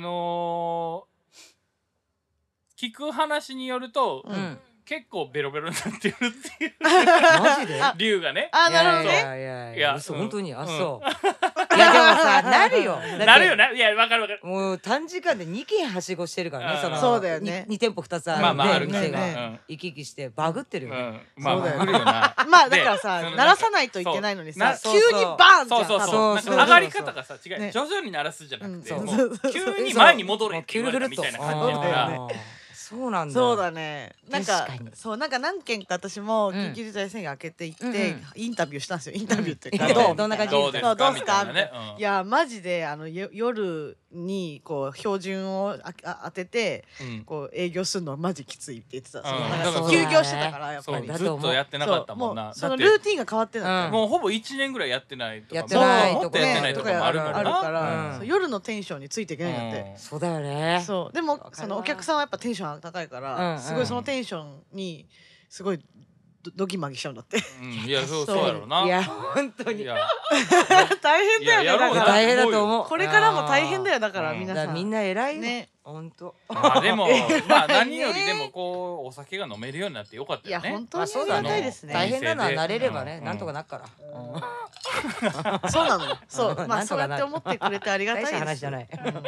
[SPEAKER 1] 聞く話によると結構ベロベロになってるっていう
[SPEAKER 3] マジで
[SPEAKER 1] 龍がね。
[SPEAKER 2] なるほどね。
[SPEAKER 3] いや本当にそう。いやでもさなるよ
[SPEAKER 1] ね。いやわかる
[SPEAKER 3] もう短時間で2軒はしごしてるからね。
[SPEAKER 2] そうだよね。
[SPEAKER 3] 2店舗2つある店が行き来してバグってるよね。
[SPEAKER 1] まあバグるよな。
[SPEAKER 2] まあだからさ鳴らさないといけないのにさ急にバーンじゃん。
[SPEAKER 1] そう上がり方がさ違う徐々に鳴らすじゃなくて急に前に戻れって言われたみたいな感じだから。
[SPEAKER 3] そうなんだ。
[SPEAKER 2] そうだね。なんかそうなんか何件か私も緊急事態宣言明けて行ってインタビューしたんですよ。インタビューっていうか
[SPEAKER 3] どんな感じ
[SPEAKER 1] どうですかみたいなね。
[SPEAKER 2] いやマジで夜にこう標準を当ててこう営業するのはマジきついって言ってた。休業してたからやっぱり
[SPEAKER 1] ずっとやってなかったもんな。
[SPEAKER 2] そのルーティンが変わってた。
[SPEAKER 1] もうほぼ1年ぐらいやってないとか
[SPEAKER 3] やってないと
[SPEAKER 1] かもある
[SPEAKER 2] から夜のテンションについていけないんだって。
[SPEAKER 3] そうだよね。
[SPEAKER 2] そうでもそのお客さんはやっぱテンション高いからすごいそのテンションにすごいドギマギしちゃうんだって。
[SPEAKER 1] いやそうやろうな。
[SPEAKER 3] いや本当に
[SPEAKER 2] 大変だよね。
[SPEAKER 3] 大変だと思う。
[SPEAKER 2] これからも大変だよだから皆さん。
[SPEAKER 3] みんな偉いね。本当。
[SPEAKER 1] まあでも何よりでもこうお酒が飲めるようになってよかったよね。
[SPEAKER 2] いや本当にありがたいですね。
[SPEAKER 3] 大変なのは慣れればねなんとかなっか
[SPEAKER 2] ら。そうなのよ。そうまあそうやって思ってくれてありがたいです。
[SPEAKER 3] 大した話じゃない。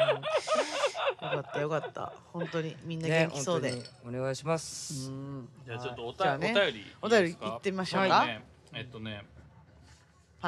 [SPEAKER 2] よかった本当にみんな元気そうで
[SPEAKER 3] お願いします。
[SPEAKER 1] じゃあちょっとお便り
[SPEAKER 2] 行ってみましょうか。
[SPEAKER 1] はい 。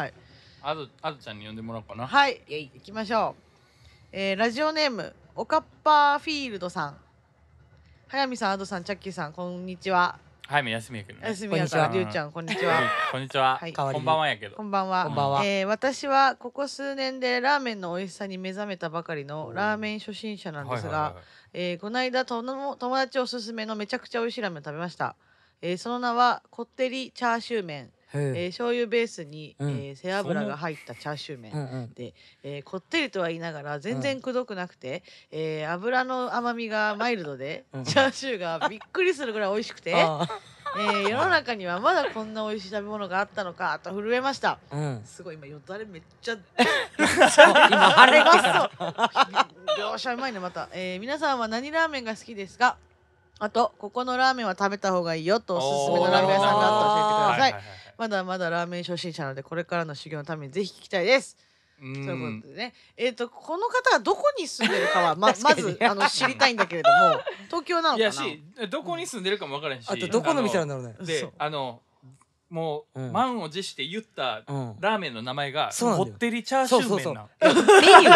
[SPEAKER 1] あずちゃんに呼んでもらおうかな。
[SPEAKER 2] はい行きましょう。ラジオネームおかっぱフィールドさん。早見さん、あどさん、チャッキーさん、こんにちは。
[SPEAKER 1] 早見休みやけどね。
[SPEAKER 2] 休みやからりゅうちゃんこんにちは。
[SPEAKER 1] こんにちは。こんばんはやけど。
[SPEAKER 2] こんばんは。私はここ数年でラーメンの美味しさに目覚めたばかりのラーメン初心者なんですが、この間友達おすすめのめちゃくちゃ美味しいラーメンを食べました。その名はこってりチャーシュー麺。醤油ベースに背脂が入ったチャーシュー麺でこってりとは言いながら全然くどくなくて油の甘みがマイルドでチャーシューがびっくりするぐらい美味しくて世の中にはまだこんな美味しい食べ物があったのかと震えました。すごい今よだれめっちゃ今あれがそう描写うまいねまた。皆さんは何ラーメンが好きですか？あとここのラーメンは食べた方がいいよとおすすめのラーメン屋さんがあったら教えてください。まだまだラーメン初心者なのでこれからの修行のためにぜひ聞きたいです。そういうことでね。この方がどこに住んでるかはまず知りたいんだけれども東京なのかな。
[SPEAKER 1] いやしどこに住んでるかも分からんし。
[SPEAKER 3] あとどこの店なんだろうね。
[SPEAKER 1] でももう満を持して言ったラーメンの名前がこってりチャーシュー麺な。
[SPEAKER 3] メニュ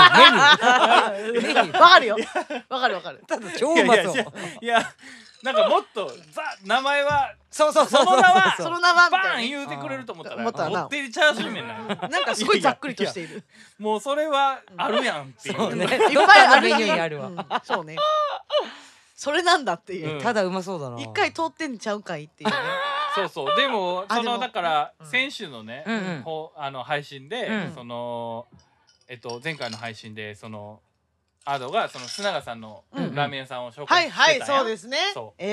[SPEAKER 3] ー
[SPEAKER 2] わかるよ。わかる。
[SPEAKER 3] ただ超うまそう。
[SPEAKER 1] いやなんかもっと名前は
[SPEAKER 3] その
[SPEAKER 2] 名は
[SPEAKER 1] バーン言うてくれると思ったらこってりチャーシュー麺な。
[SPEAKER 2] なんかすごいざっくりとしている。
[SPEAKER 1] もうそれはあるやんっていう。
[SPEAKER 3] いっぱいあるメニューにあるわ。
[SPEAKER 2] そうね。それなんだっていう。
[SPEAKER 3] ただうまそうだな。
[SPEAKER 2] 一回通ってんちゃうかいっていうね。
[SPEAKER 1] そうでもそのだから先週のね配信でその前回の配信でそのアドがその須永さんのラーメン屋さんを紹介してたんや。
[SPEAKER 2] はいそうですね。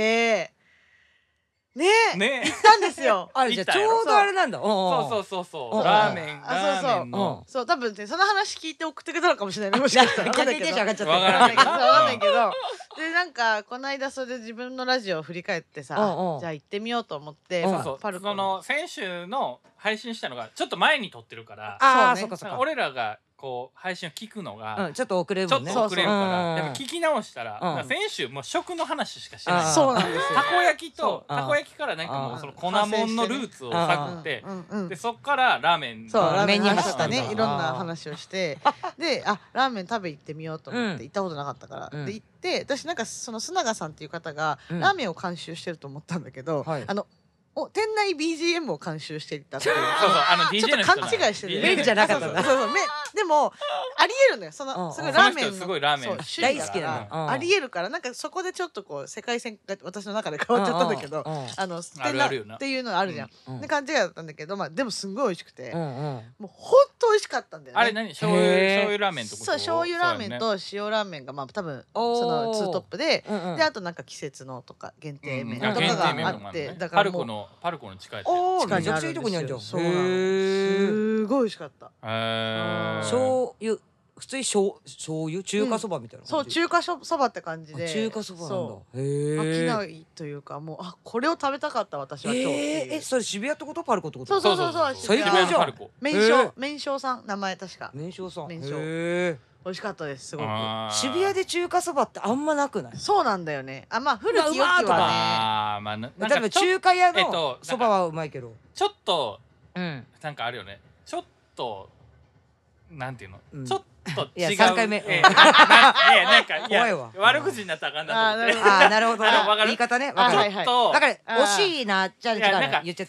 [SPEAKER 2] ね
[SPEAKER 1] え
[SPEAKER 2] 行ったんですよ。
[SPEAKER 3] あれじゃちょうどあれなんだ。
[SPEAKER 1] そうラーメンの
[SPEAKER 2] そう多分ねその話聞いて送ってくれたのかもしれない。もしかしたら
[SPEAKER 3] 逆にテンション上がっちゃった。
[SPEAKER 1] わから
[SPEAKER 2] ないけどでなんかこの間それで自分のラジオを振り返ってさ、じゃあ行ってみようと思って
[SPEAKER 1] パルコその先週の配信したのがちょっと前に撮ってるから、俺らがこう配信を聞くのが
[SPEAKER 3] ちょっと遅れるもんね。
[SPEAKER 1] ちょっと遅れるからやっぱ聞き直したら先週もう食の話しかしてない。
[SPEAKER 2] そうなんですよ。
[SPEAKER 1] たこ焼きからなんかもうその粉もんのルーツを探ってでそっからラーメン
[SPEAKER 2] ラーメンに話したね。いろんな話をしてでラーメン食べ行ってみようと思って行ったことなかったからで行って私なんかその須永さんっていう方がラーメンを監修してると思ったんだけど店内 BGM を監修していたっていうちょっと勘違いしてる。
[SPEAKER 3] 麺じゃなかったんだ。
[SPEAKER 2] でもありえるのよ。そのすごいラーメン
[SPEAKER 1] すごいラーメン
[SPEAKER 3] 大好きだ
[SPEAKER 2] な。ありえるからなんかそこでちょっとこう世界線が私の中で変わっちゃったんだけど店内っていうのあるじゃん。で勘違いだったんだけどでもすんごい美味しくてもうほんと美味しかったんだよね。
[SPEAKER 1] あれ何醤油ラーメンってこと？
[SPEAKER 2] そう醤油ラーメンと塩ラーメンが多分そのツートップであとなんか季節のとか限定麺とかがあってだからもう
[SPEAKER 1] パルコの近い
[SPEAKER 3] 近いめちゃくちゃいいとこにあるじゃん。
[SPEAKER 2] すごい美味しかった。
[SPEAKER 3] 醤油普通に醤油中華そばみたいな。
[SPEAKER 2] そう中華そばって感じで。
[SPEAKER 3] 中華そばなんだ。
[SPEAKER 2] 飽きないというかもうこれを食べたかった私は今日。
[SPEAKER 3] それ渋谷ってことパルコってこと？
[SPEAKER 2] そう
[SPEAKER 3] 最高じゃん。
[SPEAKER 2] 麺匠さん名前確か。
[SPEAKER 3] 麺匠さん。
[SPEAKER 2] 美味しかったですすごく。
[SPEAKER 3] 渋谷で中華そばってあんまなくない？
[SPEAKER 2] そうなんだよね。古き良きは
[SPEAKER 3] ね。例えば中華屋のそばはうまいけど
[SPEAKER 1] ちょっとなんかあるよね。ちょっとなんていうのちょっと違う。
[SPEAKER 3] 3回目。
[SPEAKER 1] いやなんか
[SPEAKER 3] 怖いわ。
[SPEAKER 1] 悪口になったらあかんなと思って。
[SPEAKER 3] なるほど。言い方ね。わかる。だから惜しいなじゃあ違う言っちゃって。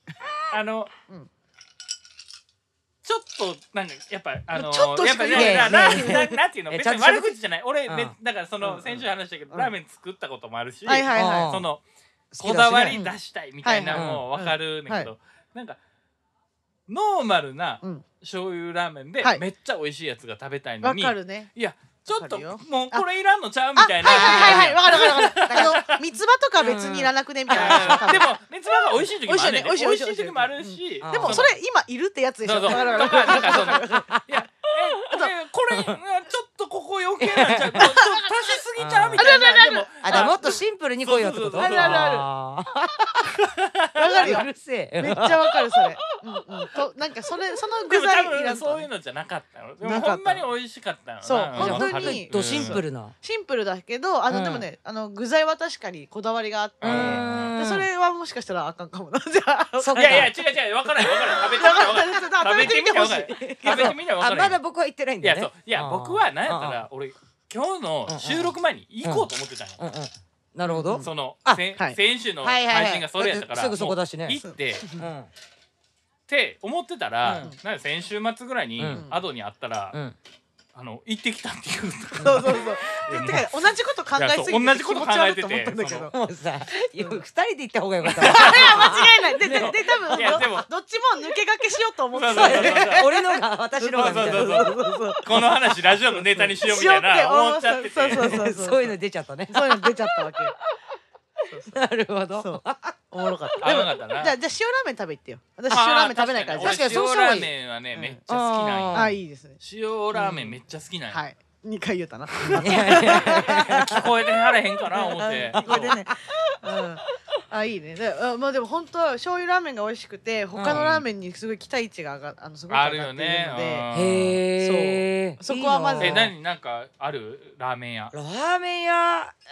[SPEAKER 1] ちょっとなんかやっぱ
[SPEAKER 2] ちょっとしか言えない。
[SPEAKER 1] なんていうの別に悪口じゃない。俺だからその先週話したけどラーメン作ったこともあるしそのこだわり出したいみたいなのも分かるんだけどなんかノーマルな醤油ラーメンでめっちゃ美味しいやつが食べたいのにいやちょっともうこれいらんのちゃうみたいな。
[SPEAKER 2] はいわかる。三つ葉とか別にいらなくねみたいな。
[SPEAKER 1] でも三つ葉が美味しい時もあるね。美味しい時もあるし。
[SPEAKER 2] でもそれ今いるってやつでしょ。
[SPEAKER 1] なんかそのいやこれちょっとここ余計なんちゃう。ちょっと足しすぎちゃうみたいな。
[SPEAKER 3] でももっとシンプルに来いよってこと？
[SPEAKER 2] ある。わかるよ。
[SPEAKER 3] うるせえ。
[SPEAKER 2] めっちゃわかるそれ。なんかその具材いらん。
[SPEAKER 1] そういうのじゃなかったの。でもほんまに美味しかったの。
[SPEAKER 2] そう本当に
[SPEAKER 3] シンプルな。
[SPEAKER 2] シンプルだけどでもね具材は確かにこだわりがあってそれはもしかしたらあかんかもな。じゃあ
[SPEAKER 1] いや違う分からない食べてみてほしい。
[SPEAKER 3] まだ僕は言ってないんだよね。
[SPEAKER 1] いや僕はなんやったら俺今日の収録前に行こうと思ってたの。
[SPEAKER 3] なるほど。
[SPEAKER 1] その先週の配信がそれやったから
[SPEAKER 3] すぐそこだしね。
[SPEAKER 1] 行ってって思ってたら先週末ぐらいにアドに会ったら行ってきたっていう。
[SPEAKER 2] そうてか同じこと考えすぎて
[SPEAKER 1] 同じこと考えてて
[SPEAKER 3] もうさ2人で行った方がよかった。
[SPEAKER 2] いや間違いない。で多分どっちも抜け駆けしようと思ってた。
[SPEAKER 3] 俺のが私のがみたいな。
[SPEAKER 1] この話ラジオのネタにしようみたいな思っちゃってて。
[SPEAKER 3] そういうの出ちゃったね。
[SPEAKER 2] そういうの出ちゃったわけ。
[SPEAKER 3] なるほど。
[SPEAKER 2] おもろかった。
[SPEAKER 1] じゃあ塩ラー
[SPEAKER 2] メン食べ行ってよ。私塩ラーメン食べないから。
[SPEAKER 1] 確かに塩ラーメンはねめっちゃ好きなんや。
[SPEAKER 2] いいですね。
[SPEAKER 1] 塩ラーメンめっちゃ好きなんや。
[SPEAKER 2] はい。2回言うたな。
[SPEAKER 1] 聞こえてはれへんかな思って。
[SPEAKER 2] 聞こえてね。いいね。でも本当醤油ラーメンが美味しくて他のラーメンにすごい期待値がすごい上がっているので。
[SPEAKER 3] へえ。
[SPEAKER 2] そこはまず。
[SPEAKER 1] なんかあるラーメン屋。
[SPEAKER 3] ラーメン屋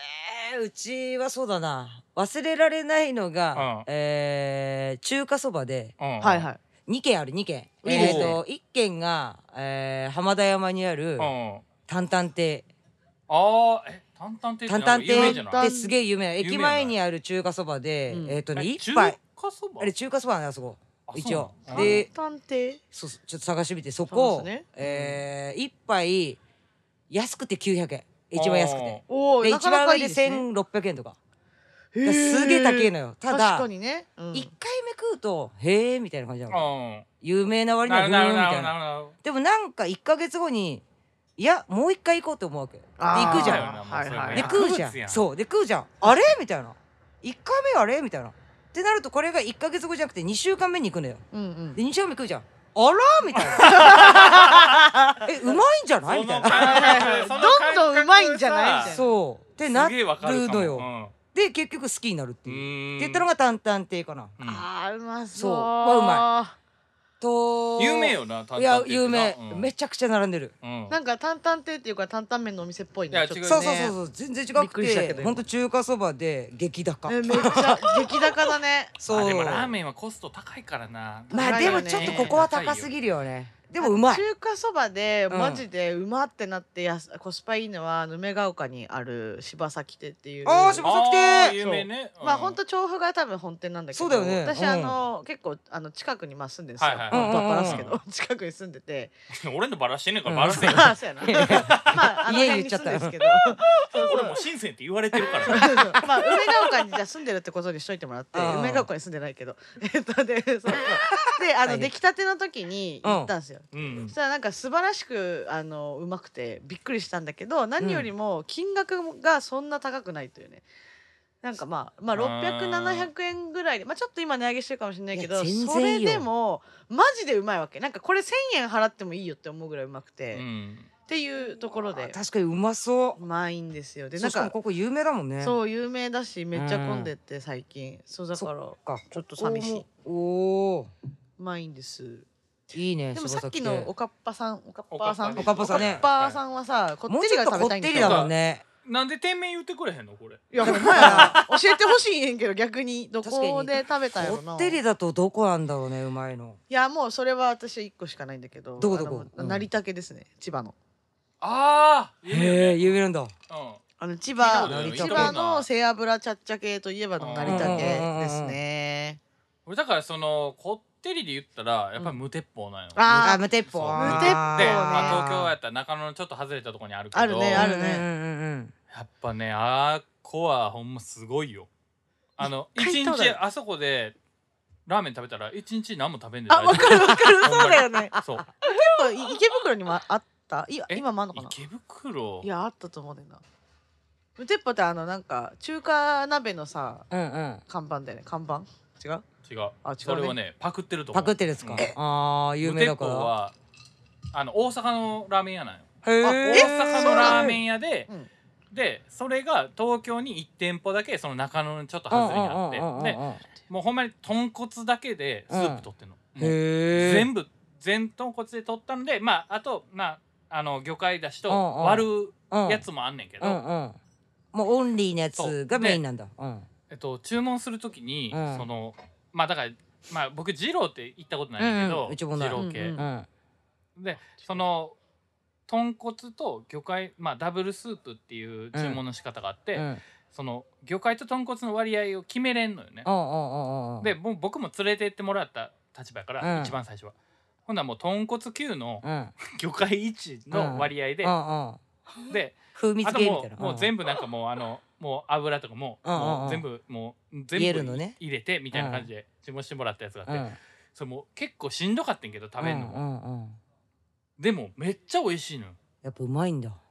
[SPEAKER 3] うちはそうだな、忘れられないのが、中華そばで、
[SPEAKER 2] はいはい、
[SPEAKER 3] 2軒ある2軒。1軒が、浜田山にある担々亭。
[SPEAKER 1] 担々亭
[SPEAKER 3] ってすげえ有名な駅前にある中華そばで、一杯あれ中華そばなんだ、あそこ一応で、
[SPEAKER 2] 担々亭、
[SPEAKER 3] そう、ちょっと探してみて、そこ一杯安くて900円、一番安くて、で一番上で1600円とか、すげえ高いのよ。ただ1回目食うとへえみたいな感じなの。有名な割にはふーんみたいな。でもなんか1ヶ月後にいやもう一回行こうと思うわけで、行くじゃん、で食うじゃん、そうで食うじゃん、あれみたいな、1回目あれみたいなってなると、これが1ヶ月後じゃなくて2週間目に行くのよ。で2週間目食うじゃん、あらみたいなうまいんじゃないみたいな、
[SPEAKER 2] どんどんうまいんじゃないみたいな、
[SPEAKER 3] そうってなるのよ。で結局好きになるっていうって言ったのが担々亭かな。
[SPEAKER 2] あーうまそう、
[SPEAKER 3] そうはうまいと、
[SPEAKER 1] 有名よな、
[SPEAKER 3] いや有名、めちゃくちゃ並んでる。
[SPEAKER 2] なんか担々亭っていうか担々麺のお店っぽいね。
[SPEAKER 3] そうそうそう全然違くて、ほんと中華そばで激高。
[SPEAKER 2] めっちゃ激高だね。
[SPEAKER 1] そうでもラーメンはコスト高いからな。
[SPEAKER 3] まあでもちょっとここは高すぎるよね。でもうまい。
[SPEAKER 2] 中華そばでマジでうまってなってコスパいいのは梅ヶ丘にある柴崎亭っていう。
[SPEAKER 3] ああ柴崎亭
[SPEAKER 2] 有名ね。まあ本当調布が多分本店なんだけど、そうだよね。私結構近くに住んでるんですよ。バラすけど近くに住んでて。
[SPEAKER 1] 俺のバラしてんねんからバラせん。
[SPEAKER 2] そうやな。まあ家言っちゃったんですけど。
[SPEAKER 1] 俺も深センって言われてるから。
[SPEAKER 2] まあ梅ヶ丘にじゃ住んでるってことにしといてもらって、梅ヶ丘に住んでないけど、で出来たての時に行ったんですよ。そしたらなんか素晴らしくうまくてびっくりしたんだけど、何よりも金額がそんな高くないというね。なんかまあ600、700円ぐらいで、まあちょっと今値上げしてるかもしれないけど、それでもマジでうまいわけ。なんかこれ1000円払ってもいいよって思うぐらいうまくて、っていうところで
[SPEAKER 3] 確かにうまそう、
[SPEAKER 2] うまいんですよ。で
[SPEAKER 3] なんかここ有名だもんね。
[SPEAKER 2] そう有名だしめっちゃ混んでって最近、そうだからちょっと寂しい。
[SPEAKER 3] おお
[SPEAKER 2] うまいんです。
[SPEAKER 3] いいね。
[SPEAKER 2] でもさっきのおかっぱさんね、おかっぱさんはさ、こってりが食べたいんだけど
[SPEAKER 3] ね。
[SPEAKER 1] なんで店名言ってくれへんのこれ。
[SPEAKER 2] いやほんまや教えてほしいねんけど、逆にどこで食べたんやろな。
[SPEAKER 3] こってりだとどこなんだろうね、うまいの。
[SPEAKER 2] いやもうそれは私1個しかないんだけど、
[SPEAKER 3] どこ
[SPEAKER 2] 成竹ですね、千葉の。
[SPEAKER 1] ああ
[SPEAKER 3] へえ有名なんだ。
[SPEAKER 2] 千葉の背脂ちゃっちゃ系といえばの成竹ですね。
[SPEAKER 1] 俺だからそのこってりで言ったらやっぱり無鉄砲なんよ。
[SPEAKER 3] あ無鉄砲。
[SPEAKER 2] 無鉄砲ね。
[SPEAKER 1] 東京やったら中野のちょっと外れたところにあるけど、
[SPEAKER 2] あるねあるね。
[SPEAKER 1] やっぱねあっこはほんますごいよ。一日あそこでラーメン食べたら一日何も食べんで大丈夫。
[SPEAKER 2] あ、わかるわかる、そうだよね。
[SPEAKER 1] そう。
[SPEAKER 2] 結構池袋にもあった。今もあんのかな。
[SPEAKER 1] 池袋。
[SPEAKER 2] いやあったと思うねんな。無鉄砲ってなんか中華鍋のさ看板だよね。看板？違う？
[SPEAKER 1] 違う。それはねパクってると。
[SPEAKER 3] パクってるですか。ああ有名だから。
[SPEAKER 1] 無鉄砲は大阪のラーメン屋なんよ。大阪のラーメン屋で。でそれが東京に1店舗だけその中野のちょっと外れにあって、でもうほんまに豚骨だけでスープ取ってんの。全部全豚骨で取ったので、まああと魚介だしと割るやつもあんねんけど、
[SPEAKER 3] もうオンリーのやつがメインなんだ。
[SPEAKER 1] 注文するときにそのまあだから僕二郎って行ったことないんだけど、二郎系でその豚骨と魚介、ダブルスープっていう注文の仕方があって、その魚介と豚骨の割合を決めれんのよね。で僕も連れて行ってもらった立場やから、一番最初はほんならもう豚骨9の魚介1の割合で、で
[SPEAKER 3] 風味付けみたいな、
[SPEAKER 1] もう全部なんかもう油とかも全部入れてみたいな感じで注文してもらったやつがあって、それもう結構しんどかったんけど食べるの。でもめっちゃ美味しいのよ。
[SPEAKER 3] やっぱうまいんだ。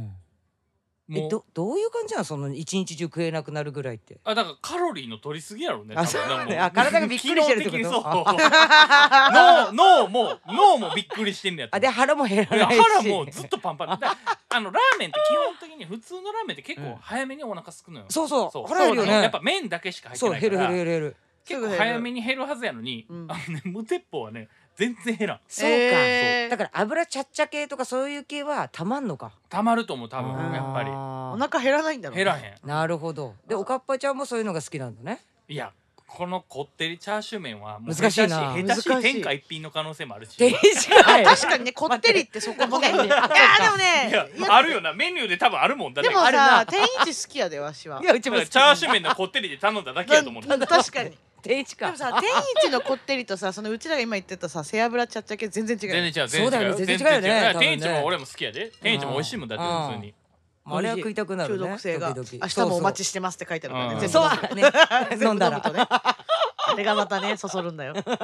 [SPEAKER 3] どういう感じなの、その一日中食えなくなるぐらいって。
[SPEAKER 1] だからカロリーの取りすぎやろね。
[SPEAKER 3] 体がびっくりしてるってこと。
[SPEAKER 1] 脳もびっくりしてんねや。
[SPEAKER 3] で腹も減らないし。
[SPEAKER 1] 腹もずっとパンパン。ラーメンって基本的に普通のラーメンって結構早めにお腹すくのよ。
[SPEAKER 3] そう腹減るよね。
[SPEAKER 1] やっぱ麺だけしか入ってないから。
[SPEAKER 3] 減る。
[SPEAKER 1] 結構早めに減るはずやのに、無鉄砲はね全然減らん。
[SPEAKER 3] そうか、だから油ちゃっちゃ系とかそういう系はたまんのか。
[SPEAKER 1] たまると思う多分やっぱり。
[SPEAKER 2] お腹減らないんだろう。
[SPEAKER 1] 減らへん。
[SPEAKER 3] なるほど。でおかっぱちゃんもそういうのが好きなんだね。
[SPEAKER 1] いやこのこってりチャーシュー麺は
[SPEAKER 3] 難しいな。
[SPEAKER 1] 下手し天下一品の可能性もあるし。
[SPEAKER 2] 確かにねこってりってそこもね。いやでもね
[SPEAKER 1] あるよなメニューで多分あるもんだって。
[SPEAKER 2] でもさ天一好きやでわしは。
[SPEAKER 3] いやうちも
[SPEAKER 1] チャーシュー麺のこってりで頼んだだけやと思う。
[SPEAKER 2] 確かに。
[SPEAKER 3] 天一か。
[SPEAKER 2] でもさ天一のこってりとさそのうちらが今言ってたさ背脂ちゃっちゃ系全然違う。
[SPEAKER 1] 全然違う。
[SPEAKER 3] そうだよね全然違うよね。
[SPEAKER 1] 天一も俺も好きやで。天一も美味しいもんだって普通に。
[SPEAKER 3] あれは食いたくなるね。
[SPEAKER 2] 中毒性が明日もお待ちしてますって書いてあるからね。
[SPEAKER 3] そうね。飲んだら
[SPEAKER 2] あれがまたねそそるんだよ。確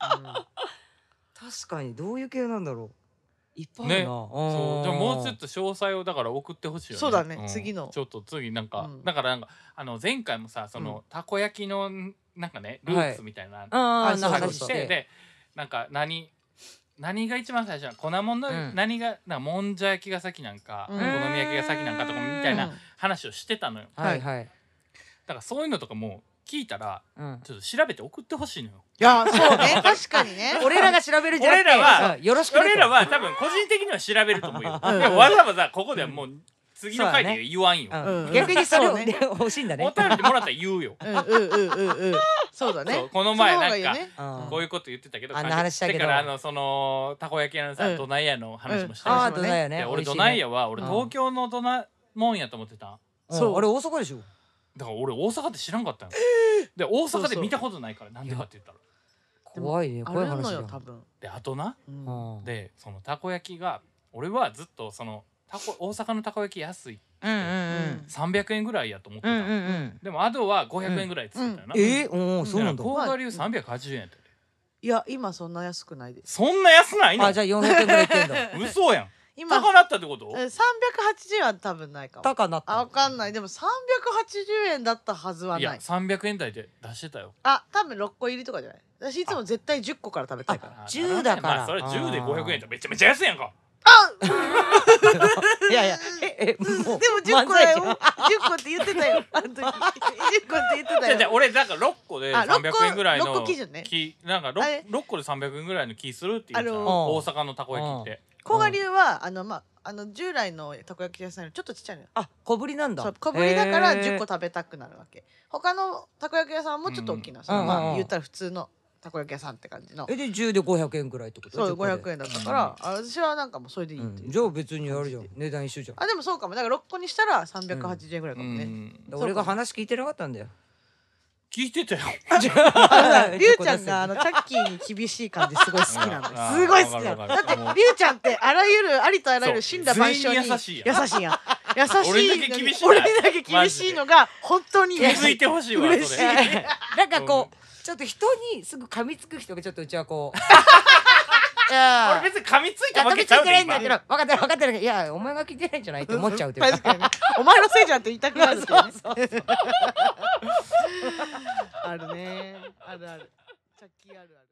[SPEAKER 3] かにどういう系なんだろう。いっぱいあるな。
[SPEAKER 1] そうでももうちょっと詳細をだから送ってほしいよね。
[SPEAKER 2] そうだね次の。
[SPEAKER 1] ちょっと次なんかだからなんか前回もさそのたこ焼きのなんかねルーツみたいな話してでなんか何が一番最初なの粉もんの何がなんかもんじゃ焼きが先なんかお好み焼きが先なんかとかみたいな話をしてたのよ。
[SPEAKER 3] はいはい。
[SPEAKER 1] だからそういうのとかも聞いたらちょっと調べて送ってほしいのよ。
[SPEAKER 2] いやそうね確かにね。
[SPEAKER 3] 俺らが調べるじゃなくて
[SPEAKER 1] 俺らは
[SPEAKER 3] よろしく。
[SPEAKER 1] 俺らは多分個人的には調べると思うよ。でもわざわざここではもう次の回で言わんよ。
[SPEAKER 3] 逆にそれを欲しいんだね。
[SPEAKER 1] お便りでもらったら言うよ。
[SPEAKER 2] そうだね。
[SPEAKER 1] この前なんかこういうこと言ってたけど、してからそのたこ焼き屋のさどないやの話もしたしね。俺どないやは俺東京のどなもんやと思ってた。
[SPEAKER 3] そう俺大阪でしょ。
[SPEAKER 1] だから俺大阪って知らんかったよ。で大阪で見たことないからなんでかって言ったら
[SPEAKER 3] 怖いね怖い話だよ。
[SPEAKER 1] であとなでそのたこ焼きが俺はずっとその大阪のたこ焼き安い300円ぐらいやと思ってた。でもアドは500円ぐらいっつってたよな。
[SPEAKER 3] そうなんだ。
[SPEAKER 1] 甲賀流380円やったで。
[SPEAKER 2] いや今そんな安くないです。
[SPEAKER 1] そんな安ないの？
[SPEAKER 3] あじゃあ400円ぐらいいってんだ。
[SPEAKER 1] 嘘やん。高なったってこと？
[SPEAKER 2] 380円は多分ないかも。
[SPEAKER 3] 高なった。
[SPEAKER 2] わかんない。でも380円だったはずはない。いや
[SPEAKER 1] 300円台で出してたよ。
[SPEAKER 2] あ多分6個入りとかじゃない。私いつも絶対10個から食べたいから。
[SPEAKER 3] 10だから。
[SPEAKER 1] それ10で500円ってめちゃめちゃ安いやんか。
[SPEAKER 3] いやいや
[SPEAKER 2] でも10個だよ。10個って言ってたよ。あの時10個って言ってたよ。
[SPEAKER 1] じゃ俺なんか6個で300円ぐらいの
[SPEAKER 2] 6個基準ね。
[SPEAKER 1] なんか6個で300円ぐらいの気するっていう大阪のたこ焼きって。
[SPEAKER 2] 甲賀流は従来のたこ焼き屋さんよりちょっとちっちゃいのよ。
[SPEAKER 3] あ小ぶりなんだ。
[SPEAKER 2] 小ぶりだから10個食べたくなるわけ。他のたこ焼き屋さんもちょっと大きな言ったら普通のたこ焼き屋さんって感じの。
[SPEAKER 3] で10で500円ぐらいってこと？
[SPEAKER 2] そう500円だったから私はなんかもうそれでいいっていう。
[SPEAKER 3] じゃあ別にあるじゃん値段一緒じゃん。
[SPEAKER 2] でもそうかも。だから6個にしたら380円ぐらいかもね。
[SPEAKER 3] 俺が話聞いてなかったんだよ。
[SPEAKER 1] 聞いてたよ。
[SPEAKER 2] りゅうちゃんがチャッキーに厳しい感じすごい好きなんです。すごい好きなの。だってりゅうちゃんってありとあらゆる死んだ万象に優しいやん。優しい
[SPEAKER 1] 俺だけ厳しい。
[SPEAKER 2] 俺だけ厳しいのが本当に
[SPEAKER 1] 気づいてほしいわ。
[SPEAKER 3] 嬉しい。なんかこうちょっと人にすぐ噛みつく人がちょっとうちはこう。
[SPEAKER 1] 俺別に噛みついたわけちゃうねん。
[SPEAKER 3] 分かってる。いやお前が聞いてないんじゃないって思っちゃうというか。
[SPEAKER 2] 確かにお前のせいじゃんって言いたくなるけどね。あるね。あるある。チャッキーあるあ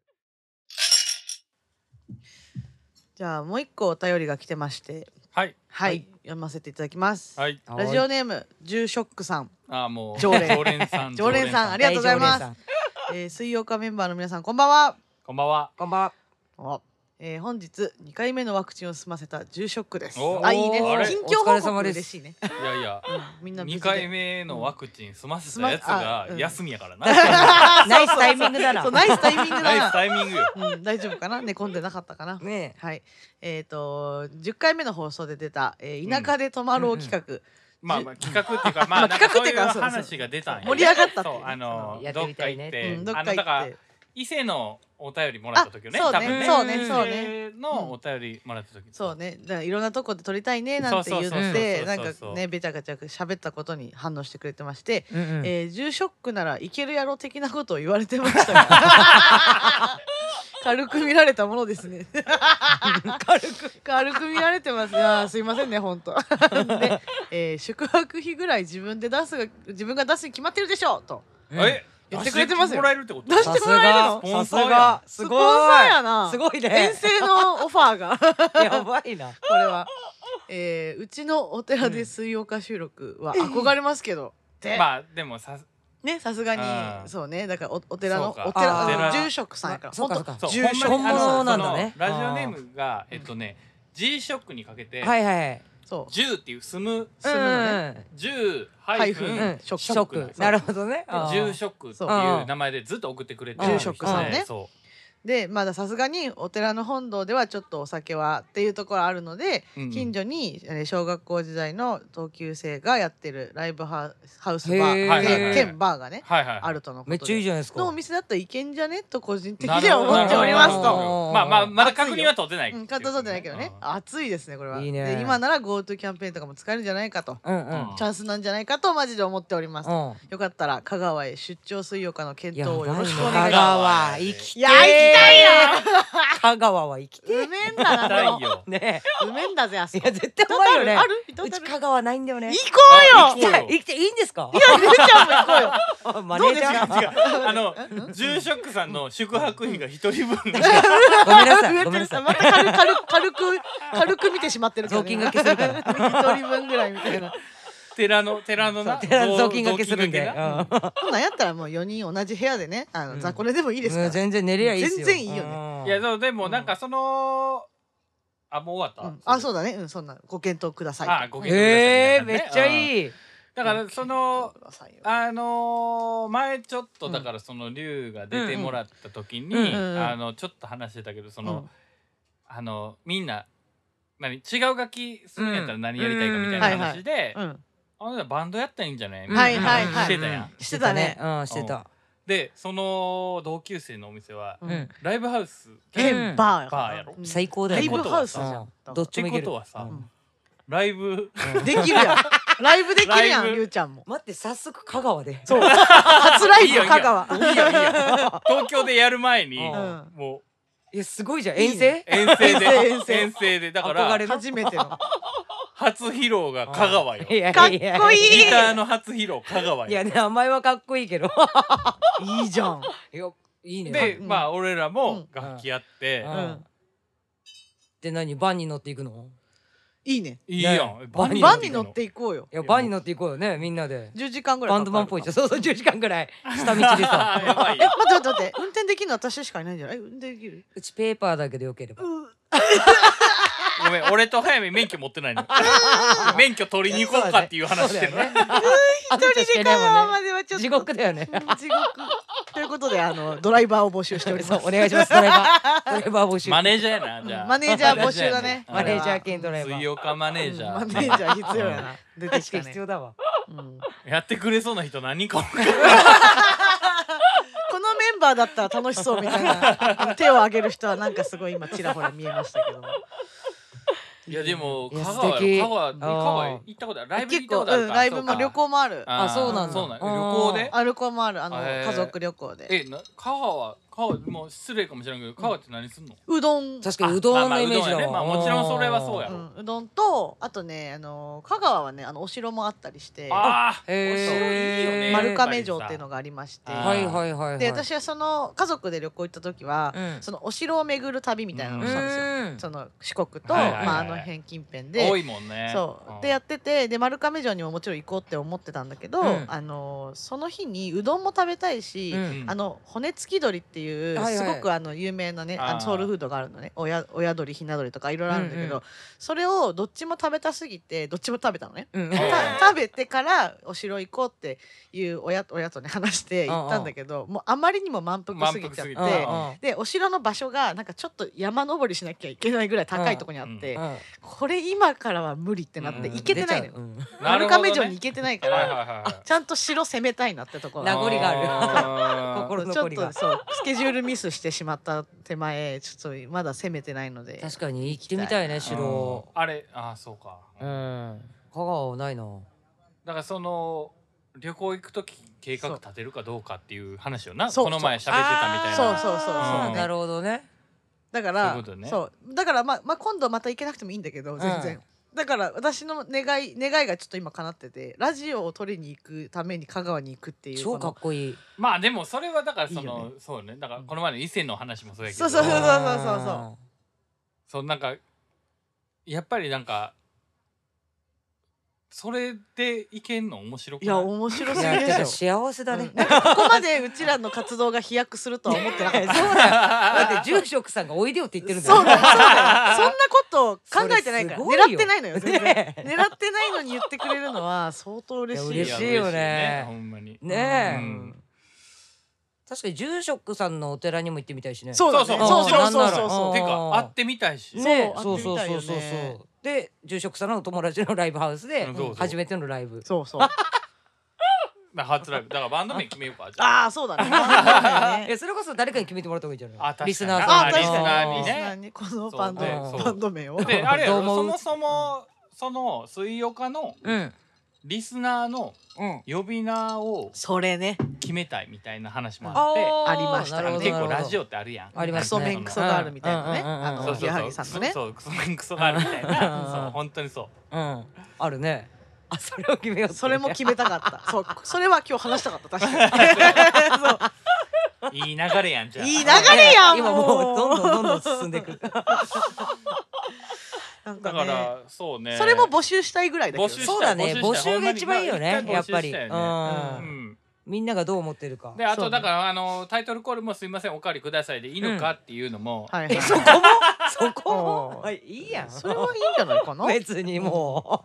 [SPEAKER 2] る。じゃあもう一個お便りが来てまして。はい読ませていただきます。ラジオネーム住ショックさん。
[SPEAKER 1] もう
[SPEAKER 2] 常連
[SPEAKER 1] さん
[SPEAKER 2] ありがとうございます。水曜日メンバーの皆さんこんばんは。
[SPEAKER 1] こんばんは。
[SPEAKER 3] こんばん
[SPEAKER 2] は。本日2回目のワクチンを済ませた住ショックです。いいね。近況報告嬉しいね。
[SPEAKER 1] いやみんな2回目のワクチン済ませたやつが休みやからな。
[SPEAKER 3] ナイスタイミングだな。
[SPEAKER 2] ナイスタイミングだな。
[SPEAKER 1] ナイスタイミングよ。
[SPEAKER 2] 大丈夫かな。寝込んでなかったかな。
[SPEAKER 3] ね。
[SPEAKER 2] はい。10回目の放送で出た田舎で泊まろう企画。
[SPEAKER 1] 企画っていうかそういう話が出たんや。
[SPEAKER 2] 盛り上がったって。
[SPEAKER 1] どっか行ってだから伊勢のお便りもらった時ね。
[SPEAKER 2] そうね
[SPEAKER 1] のお便りもらった時。
[SPEAKER 2] そうね。だからいろんなとこで撮りたいねなんて言ってなんかねべちゃくちゃ喋ったことに反応してくれてまして、住ショックならいけるやろ的なことを言われてましたが軽く見られたものですね。軽く見られてます。いやすいませんね本当。で、宿泊費ぐらい自分が出すに決まってるでしょうと。言ってくれてますよ。出してもらえるの？
[SPEAKER 3] さすがすごい。スポン
[SPEAKER 2] サーやな。
[SPEAKER 3] すごいね。
[SPEAKER 2] 遠征のオファーが
[SPEAKER 3] やばいな。こ
[SPEAKER 2] れは。うちのお寺で水曜日収録は憧れますけど。
[SPEAKER 1] でも
[SPEAKER 2] ね、さすがにそうね、だからお寺の住職さんやから、
[SPEAKER 3] そうか
[SPEAKER 1] 住職
[SPEAKER 3] 本物なんだね。
[SPEAKER 1] ラジオネームがG ショックにかけて、
[SPEAKER 3] はいはい、
[SPEAKER 1] そう10っていう住む
[SPEAKER 2] のね、
[SPEAKER 1] 10ハイフンショック、
[SPEAKER 3] なるほどね。
[SPEAKER 1] 住職っていう名前でずっと送ってくれてる
[SPEAKER 2] 住職さんね。でまださすがにお寺の本堂ではちょっとお酒はっていうところあるので、近所に小学校時代の同級生がやってるライブハウスバー兼バーがねあるとのことで、
[SPEAKER 3] めっちゃいいじゃないですか。
[SPEAKER 2] のお店だったらいけんじゃねと個人的には思っておりますと。
[SPEAKER 1] まだ確認は取ってない。
[SPEAKER 2] 取ってないけどね、熱いですねこれは。
[SPEAKER 3] いいね。
[SPEAKER 2] で今なら GoTo キャンペーンとかも使えるんじゃないかと、チャンスなんじゃないかとマジで思っております。よかったら香川へ出張水曜日の検討をよろしくお願いします。
[SPEAKER 3] 香川行きた
[SPEAKER 2] いよ。
[SPEAKER 3] 香川は行きて
[SPEAKER 2] うめんだな
[SPEAKER 3] ね。
[SPEAKER 2] うめんだぜあそこ。
[SPEAKER 3] いや絶対うまいよね。
[SPEAKER 2] ある？
[SPEAKER 3] うち香川ないんだよね。
[SPEAKER 2] 行こうよ。
[SPEAKER 3] 行っていいんですか？
[SPEAKER 2] いや、ゆうちゃんも行こうよ。
[SPEAKER 3] マネージャ
[SPEAKER 1] ー。住職さんの宿泊費が一人分。ごめん
[SPEAKER 3] なさい。ごめんなさい。
[SPEAKER 2] また軽く見てしまってるからね。
[SPEAKER 3] 雑金掛けするから。
[SPEAKER 2] 一人分ぐらいみたいな。
[SPEAKER 1] 寺の
[SPEAKER 3] 雑金掛けするんで。
[SPEAKER 2] こんなんやったらもう4人同じ部屋でね、雑魚寝でもいいですから。
[SPEAKER 3] 全然寝れりゃいいですよ。
[SPEAKER 2] 全然いいよね。
[SPEAKER 1] いやでもなんかそのもう終わった。
[SPEAKER 2] そうだね。そんなご検討ください。
[SPEAKER 1] ご検討ください。
[SPEAKER 3] めっちゃいい。
[SPEAKER 1] だからその前ちょっとだからその龍が出てもらった時にちょっと話してたけど、そのみんな違う楽器するんやったら何やりたいかみたいな話で、バンドやったらいいんじゃないみたいな話してたやん。
[SPEAKER 2] してたね。
[SPEAKER 3] してた。
[SPEAKER 1] でその同級生のお店はライブハウス
[SPEAKER 2] 兼バー
[SPEAKER 1] やろ。
[SPEAKER 3] 最高だよ。
[SPEAKER 2] ライブハウスじゃん。
[SPEAKER 3] どっちもいける。
[SPEAKER 1] ってことはさ、ライブ
[SPEAKER 2] できるやん。ライブできるやん、りゅうちゃんも。
[SPEAKER 3] 待って、早速香川で。
[SPEAKER 2] そう。初ライブ香川。
[SPEAKER 1] いいよ。東京でやる前にも
[SPEAKER 3] うすごいじゃん。遠征
[SPEAKER 1] でだから
[SPEAKER 2] 初めての
[SPEAKER 1] 初披露が香川よ。
[SPEAKER 2] かっこいい。
[SPEAKER 1] ギターの初披露香川よ。
[SPEAKER 3] いや名前はかっこいいけど。
[SPEAKER 2] いいじゃん。
[SPEAKER 3] いいね。
[SPEAKER 1] で俺らも楽器やって。
[SPEAKER 3] で何バンに乗っていくの？
[SPEAKER 2] いいね。
[SPEAKER 1] いいやん。
[SPEAKER 2] バンに乗っていこうよ。
[SPEAKER 3] いやバンに乗っていこうよね、みんなで。
[SPEAKER 2] 10時間ぐらい。
[SPEAKER 3] バンドマンっぽいじゃん。そう10時間ぐらい下道でさ。
[SPEAKER 2] 待って運転できるの私しかいないんじゃない？運転できる？
[SPEAKER 3] うちペーパーだけでよければ。
[SPEAKER 1] ごめん、俺と早見免許持ってないの。免許取りに行こうかっていう話してるね。
[SPEAKER 2] 一人で香川まではちょっと
[SPEAKER 3] 地獄だよね。
[SPEAKER 2] 地獄。ということでドライバーを募集しております。
[SPEAKER 3] お願いします。ドライバー募集。
[SPEAKER 1] マネージャーやな。じゃあ
[SPEAKER 2] マネージャー募集だね。
[SPEAKER 3] マネージャー兼ドライバー。
[SPEAKER 1] 水岡マネージャー。
[SPEAKER 2] マネージャー必要やな。出てきたね。
[SPEAKER 3] 必要だわ。
[SPEAKER 1] やってくれそうな人何人か。
[SPEAKER 2] このメンバーだったら楽しそうみたいな手を挙げる人はなんかすごい今ちらほら見えましたけども。
[SPEAKER 1] いやでも香川行ったことある。ライブ行ったことあるか。
[SPEAKER 2] ライブも旅行もある。
[SPEAKER 3] そうなんだ。
[SPEAKER 1] 旅行で？
[SPEAKER 2] 旅行もある。家族旅行で。
[SPEAKER 1] 香川もう失礼かもしれんけど、香川って何すんの？
[SPEAKER 2] うどん。
[SPEAKER 3] 確かにうどんのイメージだ
[SPEAKER 1] わ。もちろんそれはそうやろ。
[SPEAKER 2] うどんとあとね香川はねお城もあったりして。
[SPEAKER 1] お城いいよね。
[SPEAKER 2] 丸亀城っていうのがありまして。で私はその家族で旅行行った時はそのお城を巡る旅みたいなのをしたんですよ。その四国と辺近辺で。
[SPEAKER 1] 多いもんね。
[SPEAKER 2] そうでやってて、で丸亀城にももちろん行こうって思ってたんだけど、その日にうどんも食べたいし、骨付き鳥っていうすごく有名なねソウルフードがあるのね。親鳥ひな鳥とかいろいろあるんだけど、それをどっちも食べたすぎてどっちも食べたのね。食べてからお城行こうっていう親とね話して行ったんだけど、もうあまりにも満腹すぎちゃって、でお城の場所がなんかちょっと山登りしなきゃいけないぐらい高いとこにあって、これ今からは無理ってなって行けてないのよ。丸亀城に行けてないからちゃんと城攻めたいなってところ
[SPEAKER 3] 名残がある。心残りが。
[SPEAKER 2] ちょっとスケジュールミスしてしまった手前ちょっとまだ攻めてないので。
[SPEAKER 3] 確かに行ってみたいね城。
[SPEAKER 1] そうか。
[SPEAKER 3] 香川はないな。
[SPEAKER 1] だからその旅行行くとき計画立てるかどうかっていう話よな。この前喋ってたみたいな。
[SPEAKER 2] そう
[SPEAKER 3] なるほどね。
[SPEAKER 2] だからだから今度また行けなくてもいいんだけど全然。だから私の願いがちょっと今叶ってて、ラジオを取りに行くために香川に行くっていう。
[SPEAKER 3] 超かっこいい。
[SPEAKER 1] まあでもそれはだからそうね。だからこの前の伊勢の話もそうやけど。そうなんかやっぱりなんかそれでいけんの面白くない？
[SPEAKER 2] いや面白すぎで
[SPEAKER 3] しょ。幸せだね。
[SPEAKER 2] ここまでうちらの活動が飛躍するとは思ってなかった。
[SPEAKER 3] そうだよ。だって住職さんがおいでよって言ってるんだよ。
[SPEAKER 2] そうだよ。そんなこと考えてないから。狙ってないのよ。全然。狙ってないのに言ってくれるのは相当嬉しい。
[SPEAKER 3] 嬉しいよね。
[SPEAKER 1] ほんまに。
[SPEAKER 3] ねえ。確かに住職さんのお寺にも行ってみたいしね。
[SPEAKER 2] そうそうそう
[SPEAKER 1] そう。てか会ってみたいし。
[SPEAKER 3] そうそう。で住職さんのお友達のライブハウスで初めてのライブ。
[SPEAKER 2] そうそう。
[SPEAKER 1] 初ライブだからバンド名決めようか。
[SPEAKER 2] ああそうだね。
[SPEAKER 3] それこそ誰かに決めてもらった方がいいんじゃない？リス
[SPEAKER 1] ナ
[SPEAKER 3] ーさん。
[SPEAKER 1] リスナーにね。
[SPEAKER 2] このバンド名を。
[SPEAKER 1] であれそもそもその水岡のリスナーの呼び名を
[SPEAKER 2] それね
[SPEAKER 1] 決めたいみたいな話もあって
[SPEAKER 2] ありましたね。
[SPEAKER 1] 結構ラジオってあるやん。
[SPEAKER 2] クソメンクソがあるみたいなね。矢作さんのね。
[SPEAKER 1] そうクソメンクソがあるみたいな。そう本当にそう。
[SPEAKER 3] あるね。それを決めよう。
[SPEAKER 2] それも決めたかった。そうそれは今日話したかった確か
[SPEAKER 1] に。いい流れやんじゃん。
[SPEAKER 2] いい流れやん。
[SPEAKER 3] 今もうどんどん進んでいく。
[SPEAKER 1] だからそうね。
[SPEAKER 2] それも募集したいぐらいだけど。
[SPEAKER 3] そうだね。募集が一番いいよね。やっぱり。みんながどう思ってるか。
[SPEAKER 1] であとだからタイトルコールもすいませんお借りくださいでいいのかっていうのも。
[SPEAKER 3] そこもいいやん。
[SPEAKER 2] それはいいんじゃないかな。
[SPEAKER 3] 別にも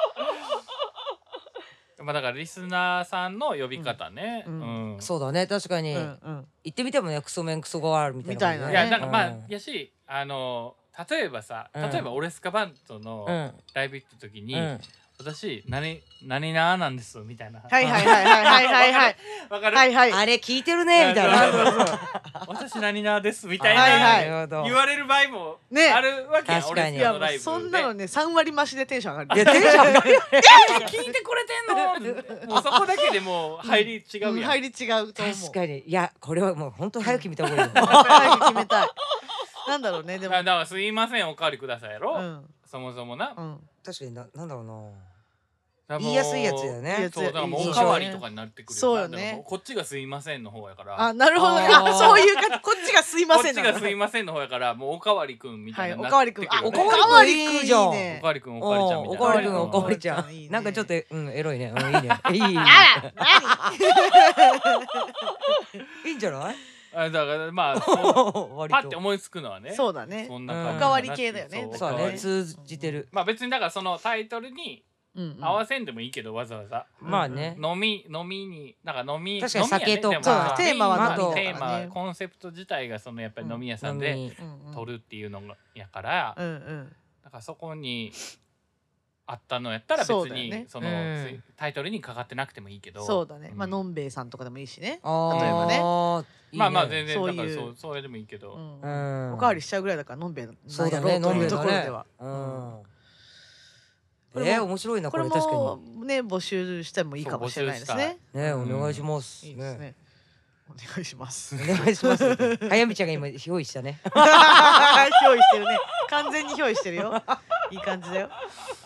[SPEAKER 1] う。まあだからリスナーさんの呼び方ね。
[SPEAKER 3] そうだね確かに。言ってみてもねクソメンクソがあるみたいな。
[SPEAKER 1] いやなんかまあやし例えばさ例えばオレスカバンドのライブ行った時に私何々なんですみたいな。
[SPEAKER 2] はい。
[SPEAKER 1] わかる。
[SPEAKER 3] あれ聞いてるねみたいな。
[SPEAKER 1] 私何々ですみたいな言われる場合もあるわけやん。オレスカのライブで。
[SPEAKER 2] そんなのね3割増しでテンション上がる。
[SPEAKER 3] いやテンション上がる。
[SPEAKER 1] 聞いてくれてんの。もうそこだけでもう入り違うやん。
[SPEAKER 2] 入り違うと思う。
[SPEAKER 3] 確かにいやこれはもう本当早く決めた方がいい。
[SPEAKER 2] 早く決めたい。なんだろうねでも。
[SPEAKER 1] だからすいませんおかわりくださいやろ。そもそもな。
[SPEAKER 3] 確かになんだろうな。言いやすいやつだよね。
[SPEAKER 1] そうだからもうおかわりとかになってくる。
[SPEAKER 2] そうよね。
[SPEAKER 1] こっちがすいませんの方やから。
[SPEAKER 2] あなるほどね。そういうかこっちがすいません。
[SPEAKER 1] こっちがすいませんの方やからもうおかわりくんみたいな。
[SPEAKER 2] おかわりくん。
[SPEAKER 3] おかわりくんいいじゃん。
[SPEAKER 1] おかわりくんおかわりちゃんみたいな。
[SPEAKER 3] おかわりくんおかわりちゃん。なんかちょっとエロいね。いいね。いいんじゃない？
[SPEAKER 1] だからまあパッて思いつくのはね。
[SPEAKER 2] そうだね。
[SPEAKER 1] そんな感じ。
[SPEAKER 2] おかわり系だよね。
[SPEAKER 3] そうね通じてる。
[SPEAKER 1] まあ別にだからそのタイトルに合わせんでもいいけどわざわざ。
[SPEAKER 3] まあね。
[SPEAKER 1] 飲みになんか飲み
[SPEAKER 3] 確かに酒とか
[SPEAKER 2] テーマは
[SPEAKER 1] テーマコンセプト自体がそのやっぱり飲み屋さんで撮るっていうのやからだからそこにあったのやったら別にそのタイトルにかかってなくてもいいけど。
[SPEAKER 2] そうだね。まあのんべえさんとかでもいいしね。例えばね。
[SPEAKER 1] まあ全然だからそれでもいいけど。
[SPEAKER 2] おかわりしちゃうぐらいだからのんべえ
[SPEAKER 3] そうだね
[SPEAKER 2] というところでは。
[SPEAKER 3] 面白いなこれ確か
[SPEAKER 2] にね募集してもいいかもしれないですね。
[SPEAKER 3] ねお願いします。
[SPEAKER 2] いいですね。お願いします。
[SPEAKER 3] お願いします。早見ちゃんが今憑依したね。
[SPEAKER 2] 憑依してるね。完全に憑依してるよ。いい感じだよ。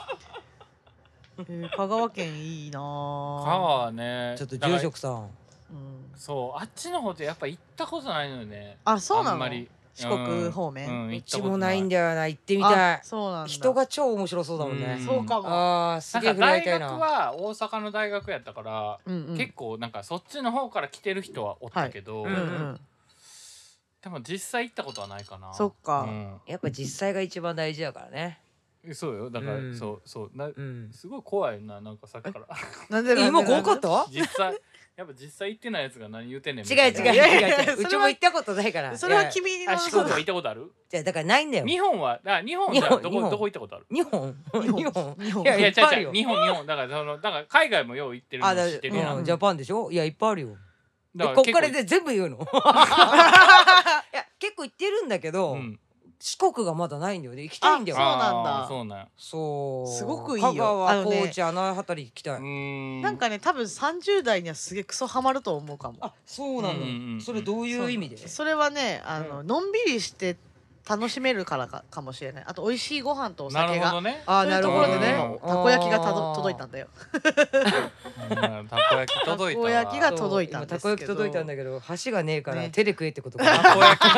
[SPEAKER 2] 香川県いいな。
[SPEAKER 1] 香川ね。
[SPEAKER 3] ちょっと住職さん。
[SPEAKER 1] そうあっちの方でやっぱ行ったことないのよね。
[SPEAKER 2] あそうなの。四国方面。
[SPEAKER 3] うちもないんだよな行ってみたい。
[SPEAKER 2] そうなんだ。
[SPEAKER 3] 人が超面白そうだもんね。
[SPEAKER 2] そうかも。
[SPEAKER 3] すげえ大学
[SPEAKER 1] は大阪の大学やったから結構なんかそっちの方から来てる人はおったけどでも実際行ったことはないかな。
[SPEAKER 2] そっか。
[SPEAKER 3] やっぱ実際が一番大事だからね。
[SPEAKER 1] そうよだからそうすごい怖いななんかさっきから。
[SPEAKER 2] なんで
[SPEAKER 3] 今怖かった？
[SPEAKER 1] 実際やっぱ実際行ってないやつが何言ってんねん。
[SPEAKER 3] 違う。うちも行ったことないから。
[SPEAKER 2] それは君の。
[SPEAKER 1] 四国は行ったことある？
[SPEAKER 3] じゃだからないんだよ。
[SPEAKER 1] 日本はどこ行ったことある？
[SPEAKER 3] 日本。
[SPEAKER 1] いや違う日本だから海外もよう行ってるの知ってるやん。
[SPEAKER 3] ジャパンでしょ？いやいっぱいあるよ。こっからで全部言うの？いや結構行ってるんだけど。四国がまだないんだよね。行きたいんだよ。
[SPEAKER 2] そうなんだ。
[SPEAKER 1] そうなん。
[SPEAKER 3] そう。
[SPEAKER 2] すごくいいよ。
[SPEAKER 3] 香川、高知、あの辺り行きたい。
[SPEAKER 2] なんかね、多分30代にはすげえクソハマると思うかも。
[SPEAKER 3] あ、そうなの。それどういう意味で？
[SPEAKER 2] それはね、のんびりして楽しめるからかもしれない。あと美味しいご飯とお酒が。
[SPEAKER 3] あ、なるほどね。
[SPEAKER 2] たこ焼きが届いたんだよ。
[SPEAKER 1] たこ焼き届いた。
[SPEAKER 2] たこ焼きが届いたんですけど。
[SPEAKER 3] たこ焼き届いたんだけど、箸がねえから手で食えってことか。
[SPEAKER 1] たこ焼き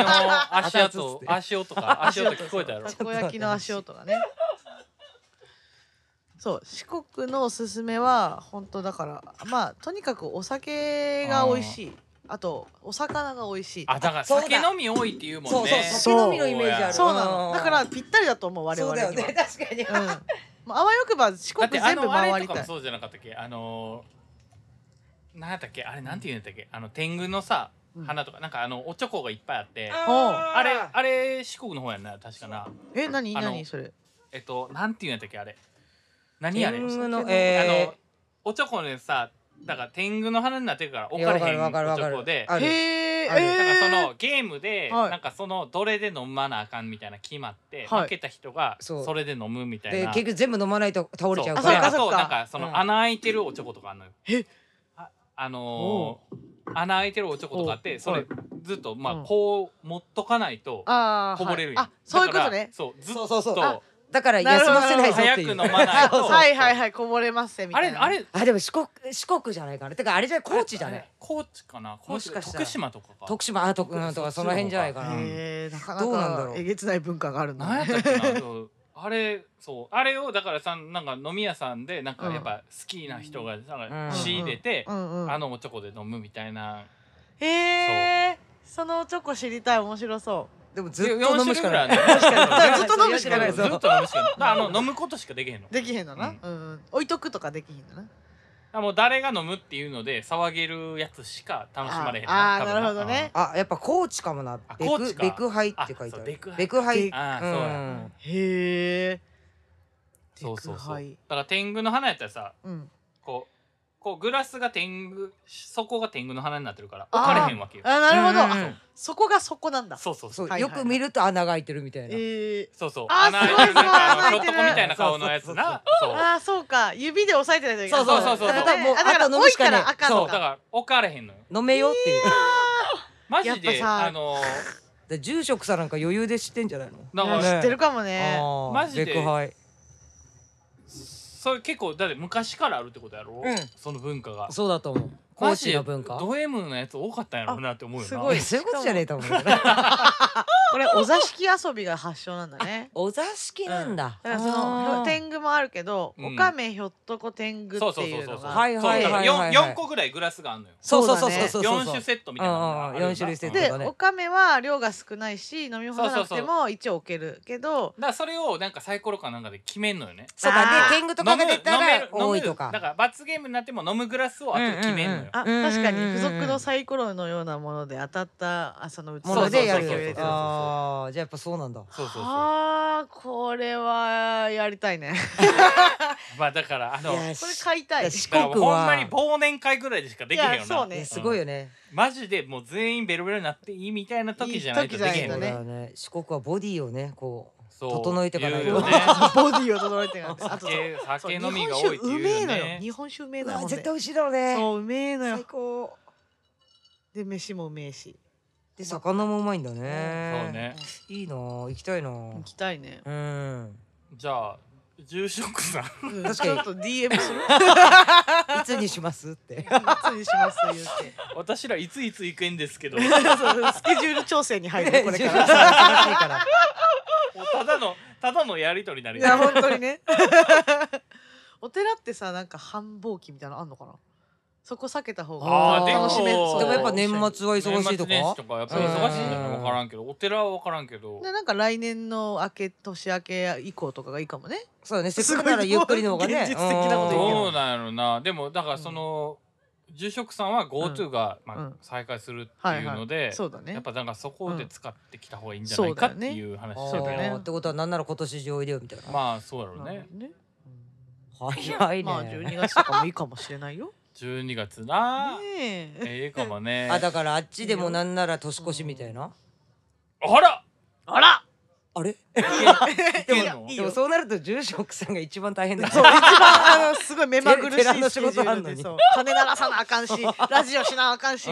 [SPEAKER 1] の足音聞こえたやろ。
[SPEAKER 2] たこ焼きの足音がね。 そう四国のおすすめは本当だからまあとにかくお酒が美味しい。あとお魚が美味しい。
[SPEAKER 1] だから酒飲み多いっていうもんね。
[SPEAKER 3] 酒飲みのイメージある。
[SPEAKER 2] そうなの。だからぴったりだと思う我々には。
[SPEAKER 3] そうだよね確かに。
[SPEAKER 2] あわよくば四国全部回りたい。
[SPEAKER 1] そうじゃなかったっけなんだっけあれなんて言うんだっけ天狗のさ花とかなんかおちょこがいっぱいあってあれ四国の方やんな確かな。
[SPEAKER 2] 何それ。
[SPEAKER 1] なんて言うんだっけあれ。何あれ。おちょこでさだから天狗の花になってるから置かれへんおちょこで。なんかそのゲームでなんかそのどれで飲まなあかんみたいな決まって負けた人がそれで飲むみたいな。
[SPEAKER 3] 結局全部飲まないと倒れちゃうか
[SPEAKER 1] ら。
[SPEAKER 3] あ
[SPEAKER 1] となんかその穴開いてるおちょことかあるのよ。穴開いてるおちょことかあってそれずっとこう持っとかないとこぼれるやん。
[SPEAKER 2] そういうことね。
[SPEAKER 1] そうずっと。
[SPEAKER 3] だから休ませないぞっていう。
[SPEAKER 1] 早く飲まないと。
[SPEAKER 2] はいこぼれますみたいな。
[SPEAKER 3] あれでも四国じゃないかな。てかあれじゃ高知じゃない。
[SPEAKER 1] 高知かな。もしかしたら徳島とかか。
[SPEAKER 3] 徳島とかその辺じゃないかな。
[SPEAKER 2] どうなんだろう。えげつない文化があるんだ。
[SPEAKER 1] あれをだからさなんか飲み屋さんでなんかやっぱ好きな人が仕入れておちょこで飲むみたいな。
[SPEAKER 2] そのおちょこ知りたい。面白そう。
[SPEAKER 3] でもずっと飲むしかない。
[SPEAKER 2] ずっと飲むしかない。
[SPEAKER 1] ずっと飲むしかない。飲むことしかできへんの。
[SPEAKER 2] できへんのな。置いとくとかできへんのな。
[SPEAKER 1] もう誰が飲むっていうので騒げるやつしか楽しまれへん。
[SPEAKER 2] なるほどね。
[SPEAKER 3] やっぱ高知かもな。ベクハイって書いてある。ベクハイ。
[SPEAKER 1] そうや。
[SPEAKER 2] へえ。
[SPEAKER 1] そう。だから天狗の花やったらさ、こうグラスが底が天狗の花になってるから置かれへんわけよ。
[SPEAKER 2] なるほど。そこが底なんだ。
[SPEAKER 1] そう
[SPEAKER 3] よく見ると穴が開いてるみたいな。
[SPEAKER 1] そう穴開いてるなんかひょっとこみたいな顔のやつな。
[SPEAKER 2] そうか指で押さえてないといけない。
[SPEAKER 3] そうだ
[SPEAKER 2] から置いたらあかんのか。
[SPEAKER 1] だから置かれへんのよ。
[SPEAKER 3] 飲めよっていう。
[SPEAKER 1] マジで
[SPEAKER 3] 住職さんなんか余裕で知ってんじゃないの。
[SPEAKER 2] 知ってるかもね。
[SPEAKER 1] マジで。
[SPEAKER 3] ベクハイ。
[SPEAKER 1] それ結構だって昔からあるってことやろ。その文化が。
[SPEAKER 3] そうだと思う。高知の文化。
[SPEAKER 1] ド M のやつ多かったんやろうなって思うよな。
[SPEAKER 2] すごい
[SPEAKER 3] そういうことじゃねえと思う。
[SPEAKER 2] これお座敷遊びが発祥なんだね。
[SPEAKER 3] お座敷なんだ。
[SPEAKER 2] だからその天狗もあるけど、おかめひょっとこ天狗っていうのが。
[SPEAKER 1] 4個ぐらいグラスがあるのよ。
[SPEAKER 3] そう
[SPEAKER 1] 4種セットみたいな。
[SPEAKER 3] 4種類セットだね。
[SPEAKER 2] でおかめは量が少ないし飲み物なくても一応置けるけど。
[SPEAKER 1] だからそれをなんかサイコロかなんかで決めんのよね。
[SPEAKER 3] そうかね。天狗とかが出たら多いとか。
[SPEAKER 1] だから罰ゲームになっても飲むグラスをあと決めんのよ。
[SPEAKER 2] 確かに付属のサイコロのようなもので当たったその器でやる。
[SPEAKER 3] じゃあやっぱそうなんだ。
[SPEAKER 2] これはやりたいね。
[SPEAKER 1] だから
[SPEAKER 2] これ買いたい。
[SPEAKER 3] 四国は
[SPEAKER 1] ほんまに忘年会ぐらいでしかできへんよな。
[SPEAKER 3] すごいよね。
[SPEAKER 1] マジでもう全員ベロベロになっていいみたいな時じゃないとできへんよ
[SPEAKER 3] ね。四国はボディをねこう整えていかないと。
[SPEAKER 2] ボディを整えていかないと。
[SPEAKER 1] 酒飲みが多いっていうよね。
[SPEAKER 2] 日本酒うめえのよ。
[SPEAKER 3] 絶対美味しいだろうね。
[SPEAKER 2] そううめえのよ。
[SPEAKER 3] 最高。
[SPEAKER 2] で飯もうめえし。
[SPEAKER 3] で魚もうまいんだね。
[SPEAKER 1] そうね。
[SPEAKER 3] いいな行きたいな。
[SPEAKER 2] 行きたいね。
[SPEAKER 1] じゃあ住職さん
[SPEAKER 2] 確かにちょっと DM する。
[SPEAKER 3] いつにしますっていつ
[SPEAKER 2] にします言って
[SPEAKER 1] 私らいつ行くんですけど
[SPEAKER 2] スケジュール調整に入るこれから
[SPEAKER 1] ただのやり取りになる。
[SPEAKER 2] いや本当にね。お寺ってさなんか繁忙期みたいなのあんのかな。そこ避けた方が楽しめる。
[SPEAKER 3] でもやっぱ年末は忙しいとか
[SPEAKER 1] やっぱ忙しいんだね。分からんけどお寺は分からんけど
[SPEAKER 2] なんか来年の年明け以降とかがいいかもね。
[SPEAKER 3] そうだね。せっかくならゆっくりの方がね。
[SPEAKER 2] 現実的なこと言うけど
[SPEAKER 1] そうなんやろな。でもだからその住職さんは GoTo が再開するっていうのでやっぱなんかそこで使ってきた方がいいんじゃないかっていう話
[SPEAKER 2] そうだね。
[SPEAKER 3] ってことはなんなら今年中おいでよみたいな。
[SPEAKER 1] まあそうやろうね。
[SPEAKER 3] 早いね。
[SPEAKER 2] まあ12月とかもいいかもしれないよ。
[SPEAKER 1] 12月な。ええかもね。
[SPEAKER 3] だからあっちでもなんなら年越しみたいな。
[SPEAKER 1] あら
[SPEAKER 3] あれでもそうなると住職さんが一番大変だよ。
[SPEAKER 2] そう一番すごい目まぐるしいスケジュールで鐘鳴らさなあかんしラジオしなあかんし。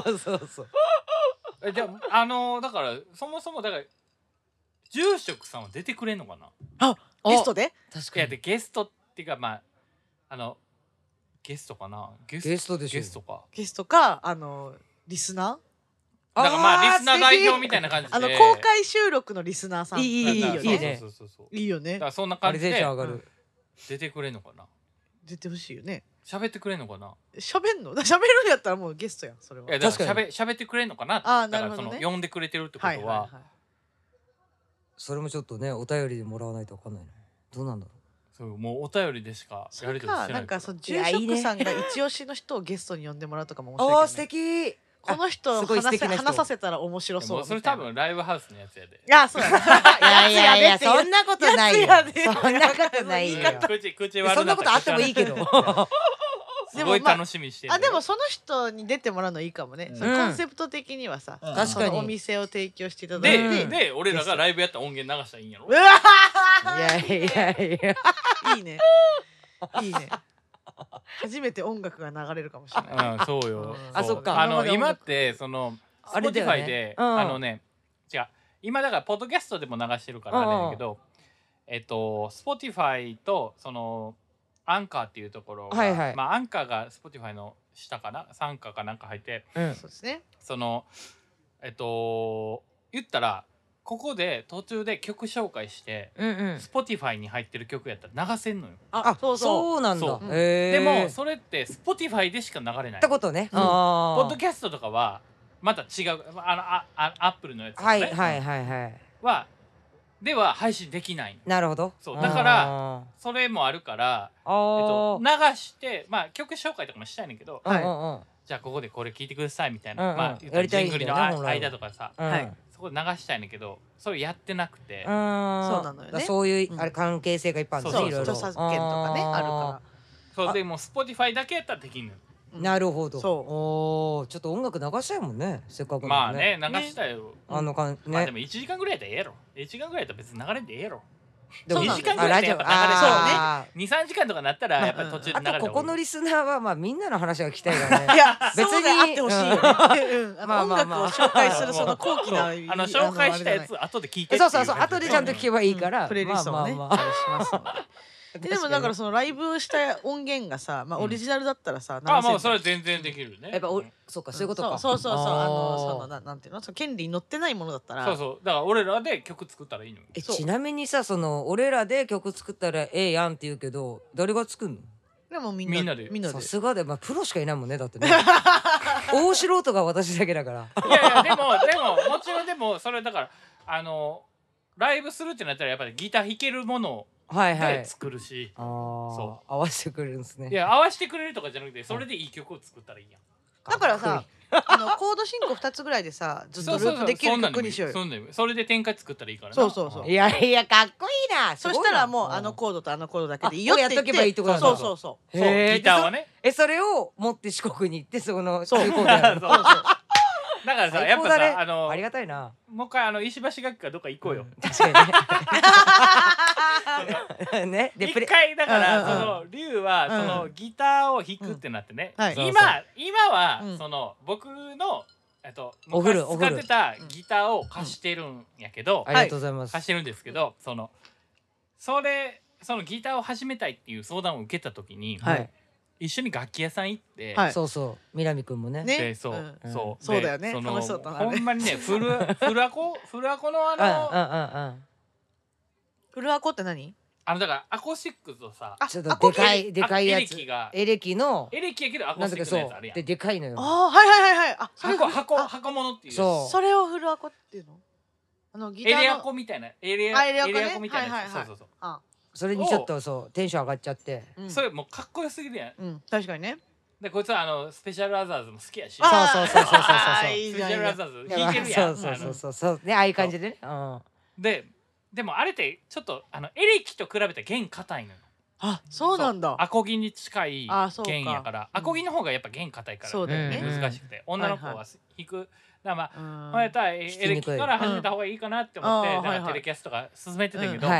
[SPEAKER 3] そう
[SPEAKER 1] じゃあだからそもそもだから住職さんは出てくれんのかな。
[SPEAKER 2] ゲストで。
[SPEAKER 3] 確かに。
[SPEAKER 1] でゲストっていうかまあゲストかな。
[SPEAKER 3] ゲストでしょ。
[SPEAKER 2] ゲストかリスナー。
[SPEAKER 1] だからまあリスナー代表みたいな感じで
[SPEAKER 2] 公開収録のリスナーさん。
[SPEAKER 3] いいね。
[SPEAKER 2] いいよね。
[SPEAKER 1] だからそんな感じで出てくれんのかな。
[SPEAKER 2] 出てほしいよね。
[SPEAKER 1] 喋ってくれんのかな。
[SPEAKER 2] 喋んの？喋るんやったらもうゲストやんそれは。
[SPEAKER 1] いやだから喋ってくれんのかな。
[SPEAKER 2] あ、なるほどね。
[SPEAKER 1] だから呼んでくれてるってことは。
[SPEAKER 3] それもちょっとねお便りでもらわないと分かんないな。どうなんだろう。
[SPEAKER 1] そうもうお便りでしかやり取りしてない。
[SPEAKER 2] なんかその住職さんが一押しの人をゲストに呼んでもらうとかも面白いけどね。
[SPEAKER 3] あ、素敵。
[SPEAKER 2] この人話させたら面白そう。
[SPEAKER 1] それ多分ライブハウスのやつやで。
[SPEAKER 2] いやそうやね。
[SPEAKER 3] いやいやそんなことないよ。そんなことないよ。
[SPEAKER 1] 口悪
[SPEAKER 3] そんなことあってもいいけど。
[SPEAKER 1] すごい楽しみにしてる。
[SPEAKER 2] あでもその人に出てもらうのいいかもね。コンセプト的にはさ、
[SPEAKER 3] 確かに
[SPEAKER 2] お店を提供していただいて、
[SPEAKER 1] で俺らがライブやった音源流したらいいんやろ。
[SPEAKER 3] いやいやいや。
[SPEAKER 2] いいね。いいね。初めて音楽が流れるかもしれない。
[SPEAKER 1] そうよ。
[SPEAKER 3] あ、そっか。
[SPEAKER 1] 今ってその Spotify で違う今だからポッドキャストでも流してるからあれだけど、Spotify とそのアンカーっていうところが、まあアンカーが Spotify の下かな、傘下かなんか入って、
[SPEAKER 2] そうですね。
[SPEAKER 1] その言ったらここで途中で曲紹介して、Spotify に入ってる曲やったら流せんのよ。
[SPEAKER 3] あ、そうなんだ。
[SPEAKER 1] でもそれって Spotify でしか流れない。
[SPEAKER 3] ってことね。
[SPEAKER 1] ポッドキャストとかはまた違うApple のやつでは配信できない。
[SPEAKER 3] なるほど。
[SPEAKER 1] そうだからそれもあるから流してまあ曲紹介とかもしたいねんけど、じゃあここでこれ聞いてくださいみたいな、まあジングルの間とかさ。そこで流したいんだけどそれやってなくて、
[SPEAKER 2] そうなのよね。
[SPEAKER 3] そういうあれ関係性がいっぱいあるんですね。いろいろ
[SPEAKER 2] 著作権とかねあるから。
[SPEAKER 1] そうでも Spotify だけやったらできんのよ。
[SPEAKER 3] なるほど。おお、ちょっと音楽流したいもんね。せっかくね。
[SPEAKER 1] まあね流したよ。
[SPEAKER 3] まあでも
[SPEAKER 1] 1時間ぐらいやったらええやろ。1時間ぐらいやったら別に流れんでええやろ。
[SPEAKER 2] 2
[SPEAKER 1] 時間ぐらいやったらやっぱ流れそうね。2、3時間とかなったらやっぱ途中で流れた。
[SPEAKER 3] あとここのリスナーはまあみんなの話が聞きたいからね。
[SPEAKER 2] いや別にあってほしいよね。音楽を紹介するその高貴な
[SPEAKER 1] 紹介したやつ後で聞いて。
[SPEAKER 3] そう後でちゃんと聞けばいいから。
[SPEAKER 2] プレイリストをね。でもだからそのライブした音源がさ、まあオリジナルだったらさ、
[SPEAKER 1] まあそれは全然できるね。
[SPEAKER 3] やっぱそうかそういうことか。
[SPEAKER 2] そうそのなんていうの、その権利に載ってないものだったら。
[SPEAKER 1] そうだから俺らで曲作ったらいいのよ。
[SPEAKER 3] ちなみにさ、その俺らで曲作ったらええやんって言うけど誰が作んの？
[SPEAKER 2] でもみんなで。
[SPEAKER 3] さすがで、まあプロしかいないもんねだってね。大素人が私だけだから。
[SPEAKER 1] いやでももちろんでもそれだからライブするってなったらやっぱりギター弾けるもので作るし、
[SPEAKER 3] 合わせてくれるんですね。
[SPEAKER 1] いや合わせてくれるとかじゃなくてそれでいい曲を作ったらいいやん。
[SPEAKER 2] だからさコード進行2つぐらいでさずっとループできる曲にしようよ。
[SPEAKER 1] それで展開作ったらいいからな。
[SPEAKER 2] そう。
[SPEAKER 3] いやかっこいいな。
[SPEAKER 2] そしたらもうコードとコードだけでいいよって
[SPEAKER 3] やっとけばいいってことなんだ。
[SPEAKER 2] そう
[SPEAKER 1] ギターはね。
[SPEAKER 3] それを持って四国に行ってその
[SPEAKER 2] そう
[SPEAKER 1] だからさやっぱさ
[SPEAKER 3] ありがたいな。
[SPEAKER 1] もう一回石橋楽器かどっか行こうよ。
[SPEAKER 3] 確かにね。
[SPEAKER 1] 一回だからその龍はそのギターを弾くってなってね。今はその僕の昔使ってたギターを貸してるんやけど、
[SPEAKER 3] ありがとうございます。
[SPEAKER 1] 貸してるんですけど、そのギターを始めたいっていう相談を受けた時に。一緒に楽器屋さん行って、
[SPEAKER 3] そう南くんもね。
[SPEAKER 2] そうだよね。楽しそうだな。
[SPEAKER 1] ほんまにねフルアコの
[SPEAKER 2] フルアコって何？
[SPEAKER 1] だからアコースティックとさ、
[SPEAKER 3] ちょっとでかいやつ。エレキの
[SPEAKER 1] エレキやけどアコースティックのやつあるやん。
[SPEAKER 3] でかいのよ。
[SPEAKER 2] はい。あ、
[SPEAKER 1] 箱物っていう。
[SPEAKER 2] それをフルアコっていうの？
[SPEAKER 1] エレアコみたいな。エレアコみたいな。そう。
[SPEAKER 3] それにちょっとテンション上がっちゃって、
[SPEAKER 1] それもうかっこよすぎるや
[SPEAKER 2] ん。確かにね。
[SPEAKER 1] でこいつはスペシャルアザーズも好きやし。
[SPEAKER 3] そう。スペシ
[SPEAKER 1] ャルアザーズ弾いてるやん。
[SPEAKER 3] そうね、ああいう感じで
[SPEAKER 1] ね。でもあれってちょっとエレキと比べて弦硬いのよ。
[SPEAKER 2] あ、そうなんだ。
[SPEAKER 1] アコギに近い弦やから、アコギの方がやっぱ弦硬いから難しくて、女の子は弾く。だからまあやったらエレキから始めた方がいいかなって思ってだからテレキャスとか進めてたけど。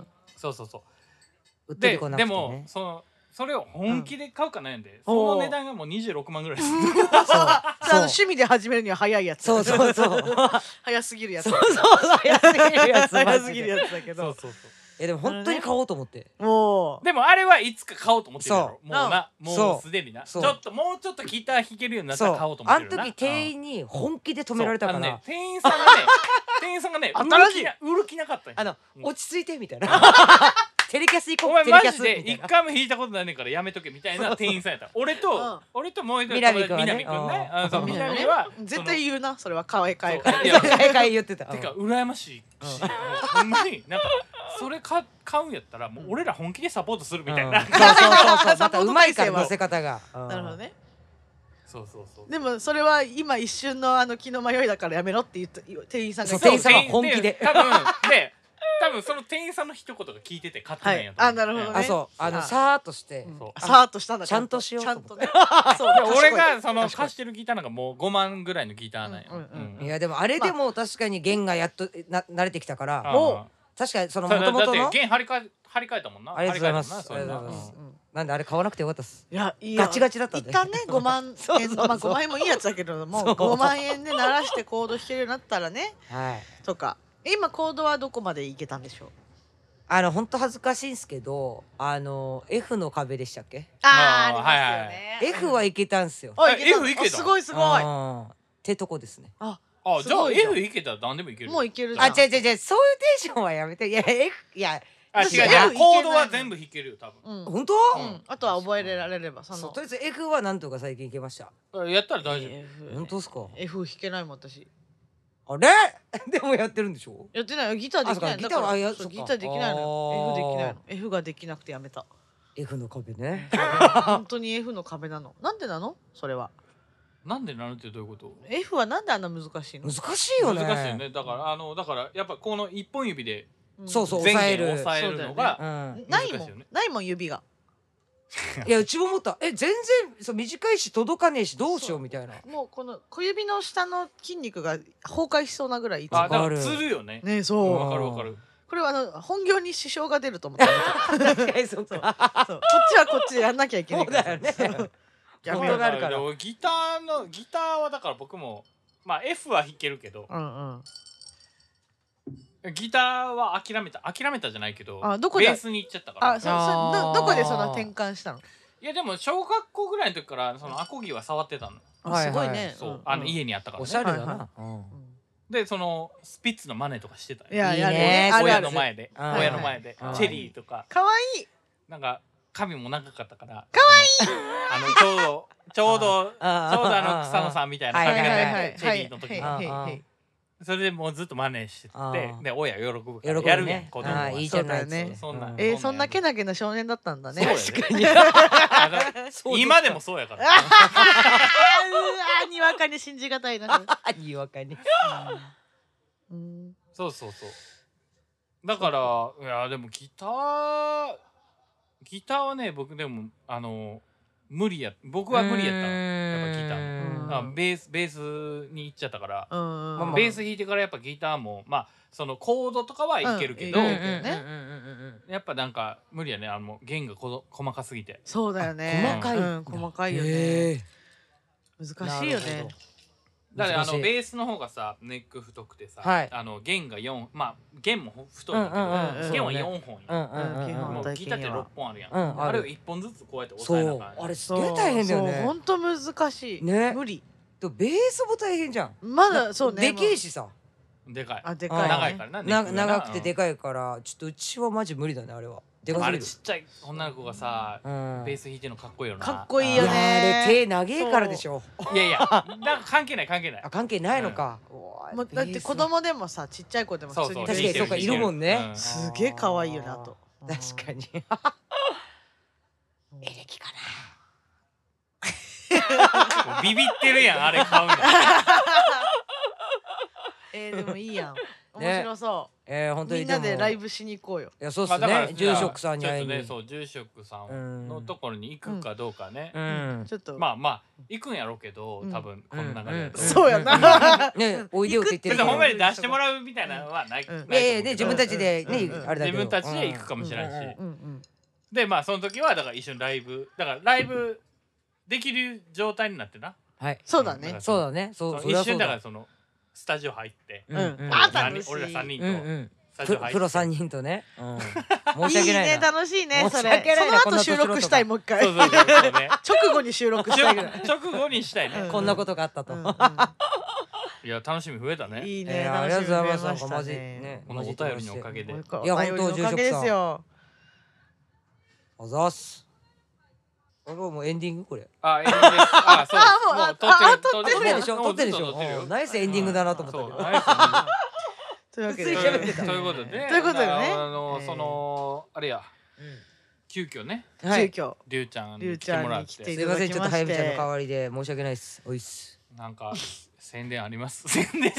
[SPEAKER 1] そうでもそれを本気で買うか悩んで、その値段がもう26万ぐらいする。
[SPEAKER 2] 趣味で始めるには早いやつ。
[SPEAKER 3] そう
[SPEAKER 2] 早すぎるやつ。
[SPEAKER 3] 早
[SPEAKER 2] すぎるやつだけど。
[SPEAKER 3] でも本当に買おうと思って。
[SPEAKER 1] でもあれはいつか買おうと思ってるやろ。もうすでにな。もうちょっとギター弾けるようになったら買おうと思ってるな。
[SPEAKER 3] あの時店員に本気で止められたから。
[SPEAKER 1] 店員さんがね売る気なかった。
[SPEAKER 3] 落ち着いてみたいな。 テレキャス行こう。
[SPEAKER 1] お前マジで一回も引いたことないねんからやめとけみたいな店員さんやった。俺ともう一人
[SPEAKER 3] 南くん
[SPEAKER 1] ね。南は
[SPEAKER 2] 絶対言うな、それは買い
[SPEAKER 3] 言ってた。
[SPEAKER 1] てか羨ましいし、ほんまになんかそれ買うんやったらもう俺ら本気でサポートするみたいな。
[SPEAKER 3] そうまたうまいから乗せ方が。
[SPEAKER 2] なるほどね。
[SPEAKER 1] そう
[SPEAKER 2] でもそれは今一瞬の気の迷いだからやめろって言った店員さんが。
[SPEAKER 3] 店員さんは本気で。
[SPEAKER 1] 多分その店員さんの一言が聞いてて買ってないんやと思う。
[SPEAKER 2] なるほどね。
[SPEAKER 3] そうさーっとして
[SPEAKER 2] さーっとしたんだ。
[SPEAKER 3] ちゃんとしよう。
[SPEAKER 2] ちゃんとね。
[SPEAKER 1] 俺がその貸してるギターなんかもう5万ぐらいのギターなんや。
[SPEAKER 3] いやでもあれでも確かに弦がやっと慣れてきたから確かにその元々の
[SPEAKER 1] 弦張り替えたもんな。
[SPEAKER 3] ありがとうございます。なんであれ買わなくてよかったっす。
[SPEAKER 2] いや
[SPEAKER 3] ガチガチだったんで。
[SPEAKER 2] 一旦ね5万円まあ5万円もいいやつだけども5万円で鳴らしてコード弾けるようになったらねとか。今コードはどこまでいけたんでしょう。
[SPEAKER 3] 本当恥ずかしいんですけどF の壁でしたっけ。
[SPEAKER 2] ありますよね。
[SPEAKER 3] F はいけたんすよ。
[SPEAKER 1] F いけた。
[SPEAKER 2] すごい
[SPEAKER 3] ってとこですね。
[SPEAKER 1] じゃあ F いけたら何でもいける。
[SPEAKER 2] もういけるじゃん。
[SPEAKER 3] 違うそういうテンションはやめて。いや F いや
[SPEAKER 1] 違うコードは全部弾けるよ多分。
[SPEAKER 3] 本当？
[SPEAKER 2] あとは覚えられれば。
[SPEAKER 3] とりあえず F はなんとか最近いけました。
[SPEAKER 1] やったら大丈
[SPEAKER 3] 夫。本当ですか。
[SPEAKER 2] F 弾けないもん私。
[SPEAKER 3] あれでもやってるんでしょ。
[SPEAKER 2] やってないよ。ギターできない。ギターできないの。F できないの。F ができなくてやめた。
[SPEAKER 3] F の壁ね。
[SPEAKER 2] 本当に F の壁なの。なんでなのそれは。
[SPEAKER 1] なんでなのってどういうこと。
[SPEAKER 2] F はなんであんな難しいの。
[SPEAKER 3] 難しいよね。
[SPEAKER 1] 難しいよね。だからやっぱこの一本指で
[SPEAKER 3] そう押さえる
[SPEAKER 1] のが
[SPEAKER 2] ないもん指が。
[SPEAKER 3] いやうちも思った。全然短いし届かねえしどうしようみたいな。
[SPEAKER 2] もうこの小指の下の筋肉が崩壊しそうなぐらいいつも。
[SPEAKER 1] だからつるよね。
[SPEAKER 2] ねそう。
[SPEAKER 1] わかる。
[SPEAKER 2] これは本業に支障が出ると思った。
[SPEAKER 3] 確かにそうか。
[SPEAKER 2] こっちはこっちでやんなきゃいけないから。
[SPEAKER 3] そうだよね。
[SPEAKER 1] 逆があるから。ギターはだから僕もまあ F は弾けるけど。ギターは諦めたじゃないけどベースに行っちゃったから。
[SPEAKER 2] どこでその転換したの。
[SPEAKER 1] いやでも小学校ぐらいの時からそのアコギは触ってたの。
[SPEAKER 2] すごいね。
[SPEAKER 1] そう家にあったから。
[SPEAKER 3] おしゃれだな。
[SPEAKER 1] でそのスピッツの真似とかしてたよ。
[SPEAKER 3] いいね。
[SPEAKER 1] 親の前でチェリーとか。
[SPEAKER 2] かわいい。
[SPEAKER 1] なんか髪も長かったから。かわ
[SPEAKER 2] いい。
[SPEAKER 1] ちょうど草野さんみたいな髪型でチェリーの時に。それでもうずっと真似してて、で親喜ぶからやるね子供は。
[SPEAKER 3] いいじゃないね。
[SPEAKER 2] そんなけなげな少年だったんだね。
[SPEAKER 1] 確かに。今でもそうやから。
[SPEAKER 2] にわかに信じがたいな。
[SPEAKER 3] にわかに。
[SPEAKER 1] そう。だからいやでもギターはね僕でも僕は無理やったの。やっぱギターベースに行っちゃったから、ベース弾いてからやっぱギターもまあそのコードとかはいけるけど、やっぱなんか無理やね。弦が細かすぎて。
[SPEAKER 2] そうだよね。細かいよね。難しいよね。
[SPEAKER 1] だからベースの方がさネック太くてさ弦が4まあ弦も太いんだけど弦は4本や。ギターって6本あるやん。あれを1本ずつこうやって押さえながら。
[SPEAKER 3] あれすげえ大変だよね。
[SPEAKER 2] ほんと難しい。無理。
[SPEAKER 3] ベースも大変じゃん。
[SPEAKER 2] まだそうね。
[SPEAKER 3] でけえしさ。
[SPEAKER 1] でかい。
[SPEAKER 2] 長
[SPEAKER 1] いから
[SPEAKER 3] な。長くてでかいからちょっとうちはマジ無理だねあれは。
[SPEAKER 1] あれちっちゃい女の子がさベース弾いてるのかっこいいよな。
[SPEAKER 2] かっこいいよね。
[SPEAKER 3] あれ手長えからでしょ。
[SPEAKER 1] いやなんか関係ない。
[SPEAKER 3] 関係ないのか。
[SPEAKER 2] だって子供でもさちっちゃい子でも普通に
[SPEAKER 3] 確かにそうかいるもんね。
[SPEAKER 2] すげえ可愛いよなと。
[SPEAKER 3] 確かに。エレキか
[SPEAKER 1] な。ビビってるやんあれ買うの。
[SPEAKER 2] でもいいやん。面白そう。
[SPEAKER 3] 本当に
[SPEAKER 2] みんなでライブしに行こうよ。
[SPEAKER 3] いやそうっすね。住職さんに会いに。
[SPEAKER 1] そう住職さんのところに行くかどうかね。
[SPEAKER 2] ちょっと
[SPEAKER 1] まあ行くんやろうけど多分この流れだと。
[SPEAKER 2] そうやな。
[SPEAKER 3] ねおいでよって言ってる。
[SPEAKER 1] ほんまに出してもらうみたいなのはない。
[SPEAKER 3] ね自分たちでねあれだけど。
[SPEAKER 1] 自分たちで行くかもしれないし。でまあその時はだから一緒にライブできる状態になってな。
[SPEAKER 3] はい。
[SPEAKER 2] そうだね。
[SPEAKER 3] そうだね。
[SPEAKER 1] 一瞬だからそのスタジオ入って俺ら3人と
[SPEAKER 3] プロ3人とね。申し訳ないな。
[SPEAKER 2] いいね楽しいねそれ。その後収録したいもう一回。直後に収録したいぐらい。
[SPEAKER 1] 直後にしたいね。
[SPEAKER 3] こんなことがあったと。
[SPEAKER 1] いや楽しみ増えたね。
[SPEAKER 2] いいね。
[SPEAKER 3] ありがとうございます。
[SPEAKER 2] マジね。
[SPEAKER 1] このお便りのおかげで。
[SPEAKER 3] いや本当住職さん。 あざーす。あれもうエンディングこれ。
[SPEAKER 1] エンディングです。そうです。もう撮ってる
[SPEAKER 3] でしょ。撮ってるでしょ。ナイスエンディングだなと思ったけど。
[SPEAKER 2] というわけ
[SPEAKER 1] で。ということでね。
[SPEAKER 2] ということでね。
[SPEAKER 1] そのあれや。急遽ね。
[SPEAKER 2] 急遽
[SPEAKER 1] りゅうちゃんに来てもらって。
[SPEAKER 3] すいません、ちょっとはやみちゃんの代わりで申し訳ないです。おいっす。
[SPEAKER 1] なんか宣伝あります。宣伝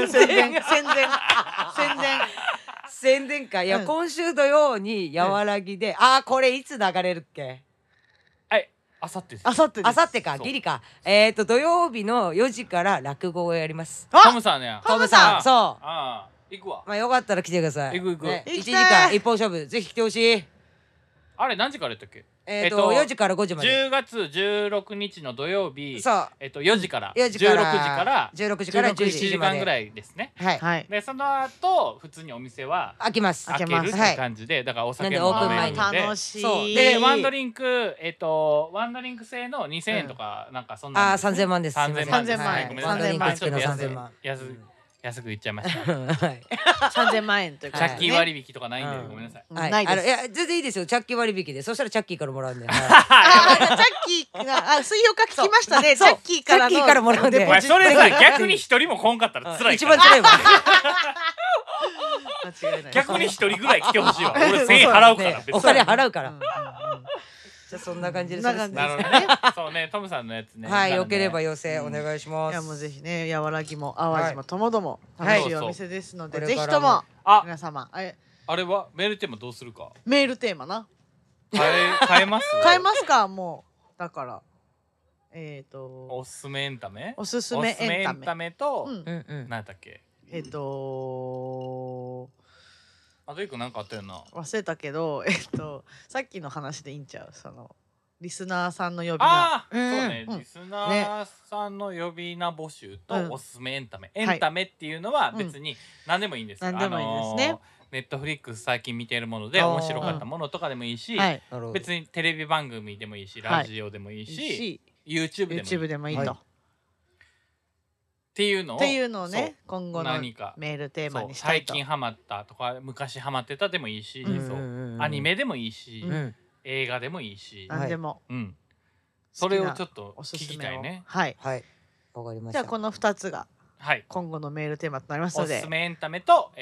[SPEAKER 3] か。いや、今週土曜にやわらぎで、これいつ流れるっけ？
[SPEAKER 1] あさって
[SPEAKER 3] か、ギリか。土曜日の4時から落語をやります。
[SPEAKER 1] トムさんね。
[SPEAKER 3] トムさん、そう。
[SPEAKER 1] 行くわ。
[SPEAKER 3] まあよかったら来てください。
[SPEAKER 1] 行く。
[SPEAKER 3] 1時間一本勝負、ぜひ来てほしい。
[SPEAKER 1] あれ何時からやったっけ
[SPEAKER 3] ？4時から5時まで。
[SPEAKER 1] 10月16日の土曜日、
[SPEAKER 3] そう
[SPEAKER 1] 4時から
[SPEAKER 3] 16時から
[SPEAKER 1] 11時間ぐらいですね。
[SPEAKER 3] はい。
[SPEAKER 1] でその後普通にお店は
[SPEAKER 3] 開けるって
[SPEAKER 1] 感じで、だからお酒も飲めるので、
[SPEAKER 2] 楽しい。
[SPEAKER 1] でワンドリンク制の2000円とかなんかそんな
[SPEAKER 3] 3000万です。
[SPEAKER 2] 3000万。
[SPEAKER 1] ごめんなさい。
[SPEAKER 3] ちょっと3000万。
[SPEAKER 1] 安く言っちゃいました。
[SPEAKER 2] 3000万円というか。
[SPEAKER 1] チャッキー割引とかないんでごめんなさい。
[SPEAKER 3] ないです。いや全然いいですよ。チャッキー割引で。そしたらチャッキーからもらうんで。チャッ
[SPEAKER 2] キーが水曜日聞きましたね。チャッキーから
[SPEAKER 3] もらうんで。
[SPEAKER 1] それさ逆に一人も来んかったら辛い。
[SPEAKER 3] 一番辛いわ。
[SPEAKER 1] 逆に一人ぐらい来てほしいわ。俺1000円払うから。
[SPEAKER 3] お金払うから。じゃそんな感じです。
[SPEAKER 1] なるほどね。そうね、トムさんのやつね。
[SPEAKER 3] はい、よければ寄せお願いします。
[SPEAKER 2] いやもうぜひね、やわらぎも淡路もともども楽しいお店ですので、ぜひとも皆様。あ
[SPEAKER 1] れはメールテーマどうするか。
[SPEAKER 2] メールテーマな。
[SPEAKER 1] 変えます。
[SPEAKER 2] 変えますかもうだから
[SPEAKER 1] おすすめエンタメ。
[SPEAKER 2] おすすめエンタメ
[SPEAKER 1] と何だっけ。あと一個なんかあったよな。
[SPEAKER 2] 忘れたけどさっきの話でいいんちゃう、そのリスナーさんの呼び名。
[SPEAKER 1] そうね、リスナーさんの呼び名募集とおすすめエンタメ。エンタメっていうのは別に何でもいいんですよ。
[SPEAKER 2] 何でもいいですね。
[SPEAKER 1] ネットフリックス最近見ているもので面白かったものとかでもいいし、別にテレビ番組でもいいし、ラジオでもいいし、YouTube
[SPEAKER 2] でもいいと。
[SPEAKER 1] っていうの
[SPEAKER 2] をね、今後のメールテーマにしたいと。
[SPEAKER 1] 最近ハマったとか昔ハマってたでもいいし、アニメでもいいし、映画でもいいし、
[SPEAKER 2] 何でも。
[SPEAKER 1] それをちょっと聞きたいね。
[SPEAKER 3] はい、わかりました。
[SPEAKER 2] じゃあこの2つが今後のメールテーマとなりますので、
[SPEAKER 1] おすすめエンタメと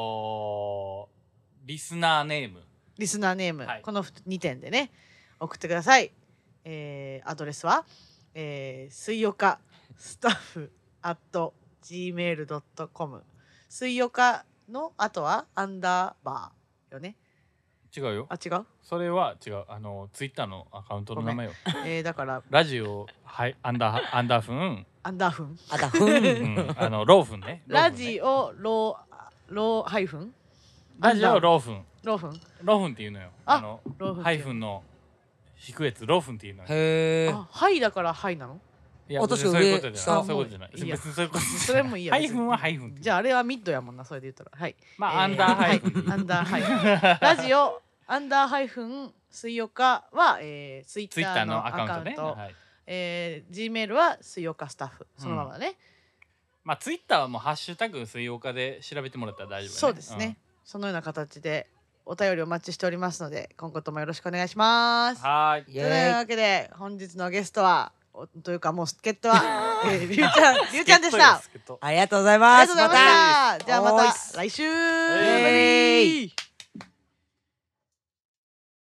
[SPEAKER 1] リスナーネーム、この2点でね送ってください。アドレスは水曜日スタッフ@gmail.com。 水曜日の後はアンダーバーよね。 違うよ。
[SPEAKER 2] 違う。
[SPEAKER 1] それは違う。ツイッターのアカウントの名前よ。
[SPEAKER 2] だから
[SPEAKER 1] ラジオアンダーフン
[SPEAKER 3] ロ
[SPEAKER 1] ーフンね。
[SPEAKER 2] ラジオローハイフン。
[SPEAKER 1] ラジオローフンっていうのよ。ハイフンの引くやつローフンっていうのよ。
[SPEAKER 3] へえ。
[SPEAKER 2] ハイだからハイなの。
[SPEAKER 3] 私
[SPEAKER 1] そういうことじゃない。
[SPEAKER 2] そういうことじゃない。別にそういうこと。それもいいや。
[SPEAKER 1] ハイフンはハイフン。
[SPEAKER 2] じゃああれはミッドやもんな、それで言ったら。はい。
[SPEAKER 1] まあアンダーハイフン。
[SPEAKER 2] アンダーハイフン。ラジオアンダーハイフン水曜日はツイッターのアカウント。Gmail は水曜日スタッフ。そのままね。
[SPEAKER 1] まあツイッターはもうハッシュタグ水曜日で調べてもらったら大丈夫。
[SPEAKER 2] そうですね。そのような形でお便りお待ちしておりますので、今後ともよろしくお願いします。
[SPEAKER 1] はい。
[SPEAKER 2] というわけで本日のゲストはというかもう助っ人はりゅうちゃんでした。
[SPEAKER 3] ありがとうございます。
[SPEAKER 2] じゃあまた来週。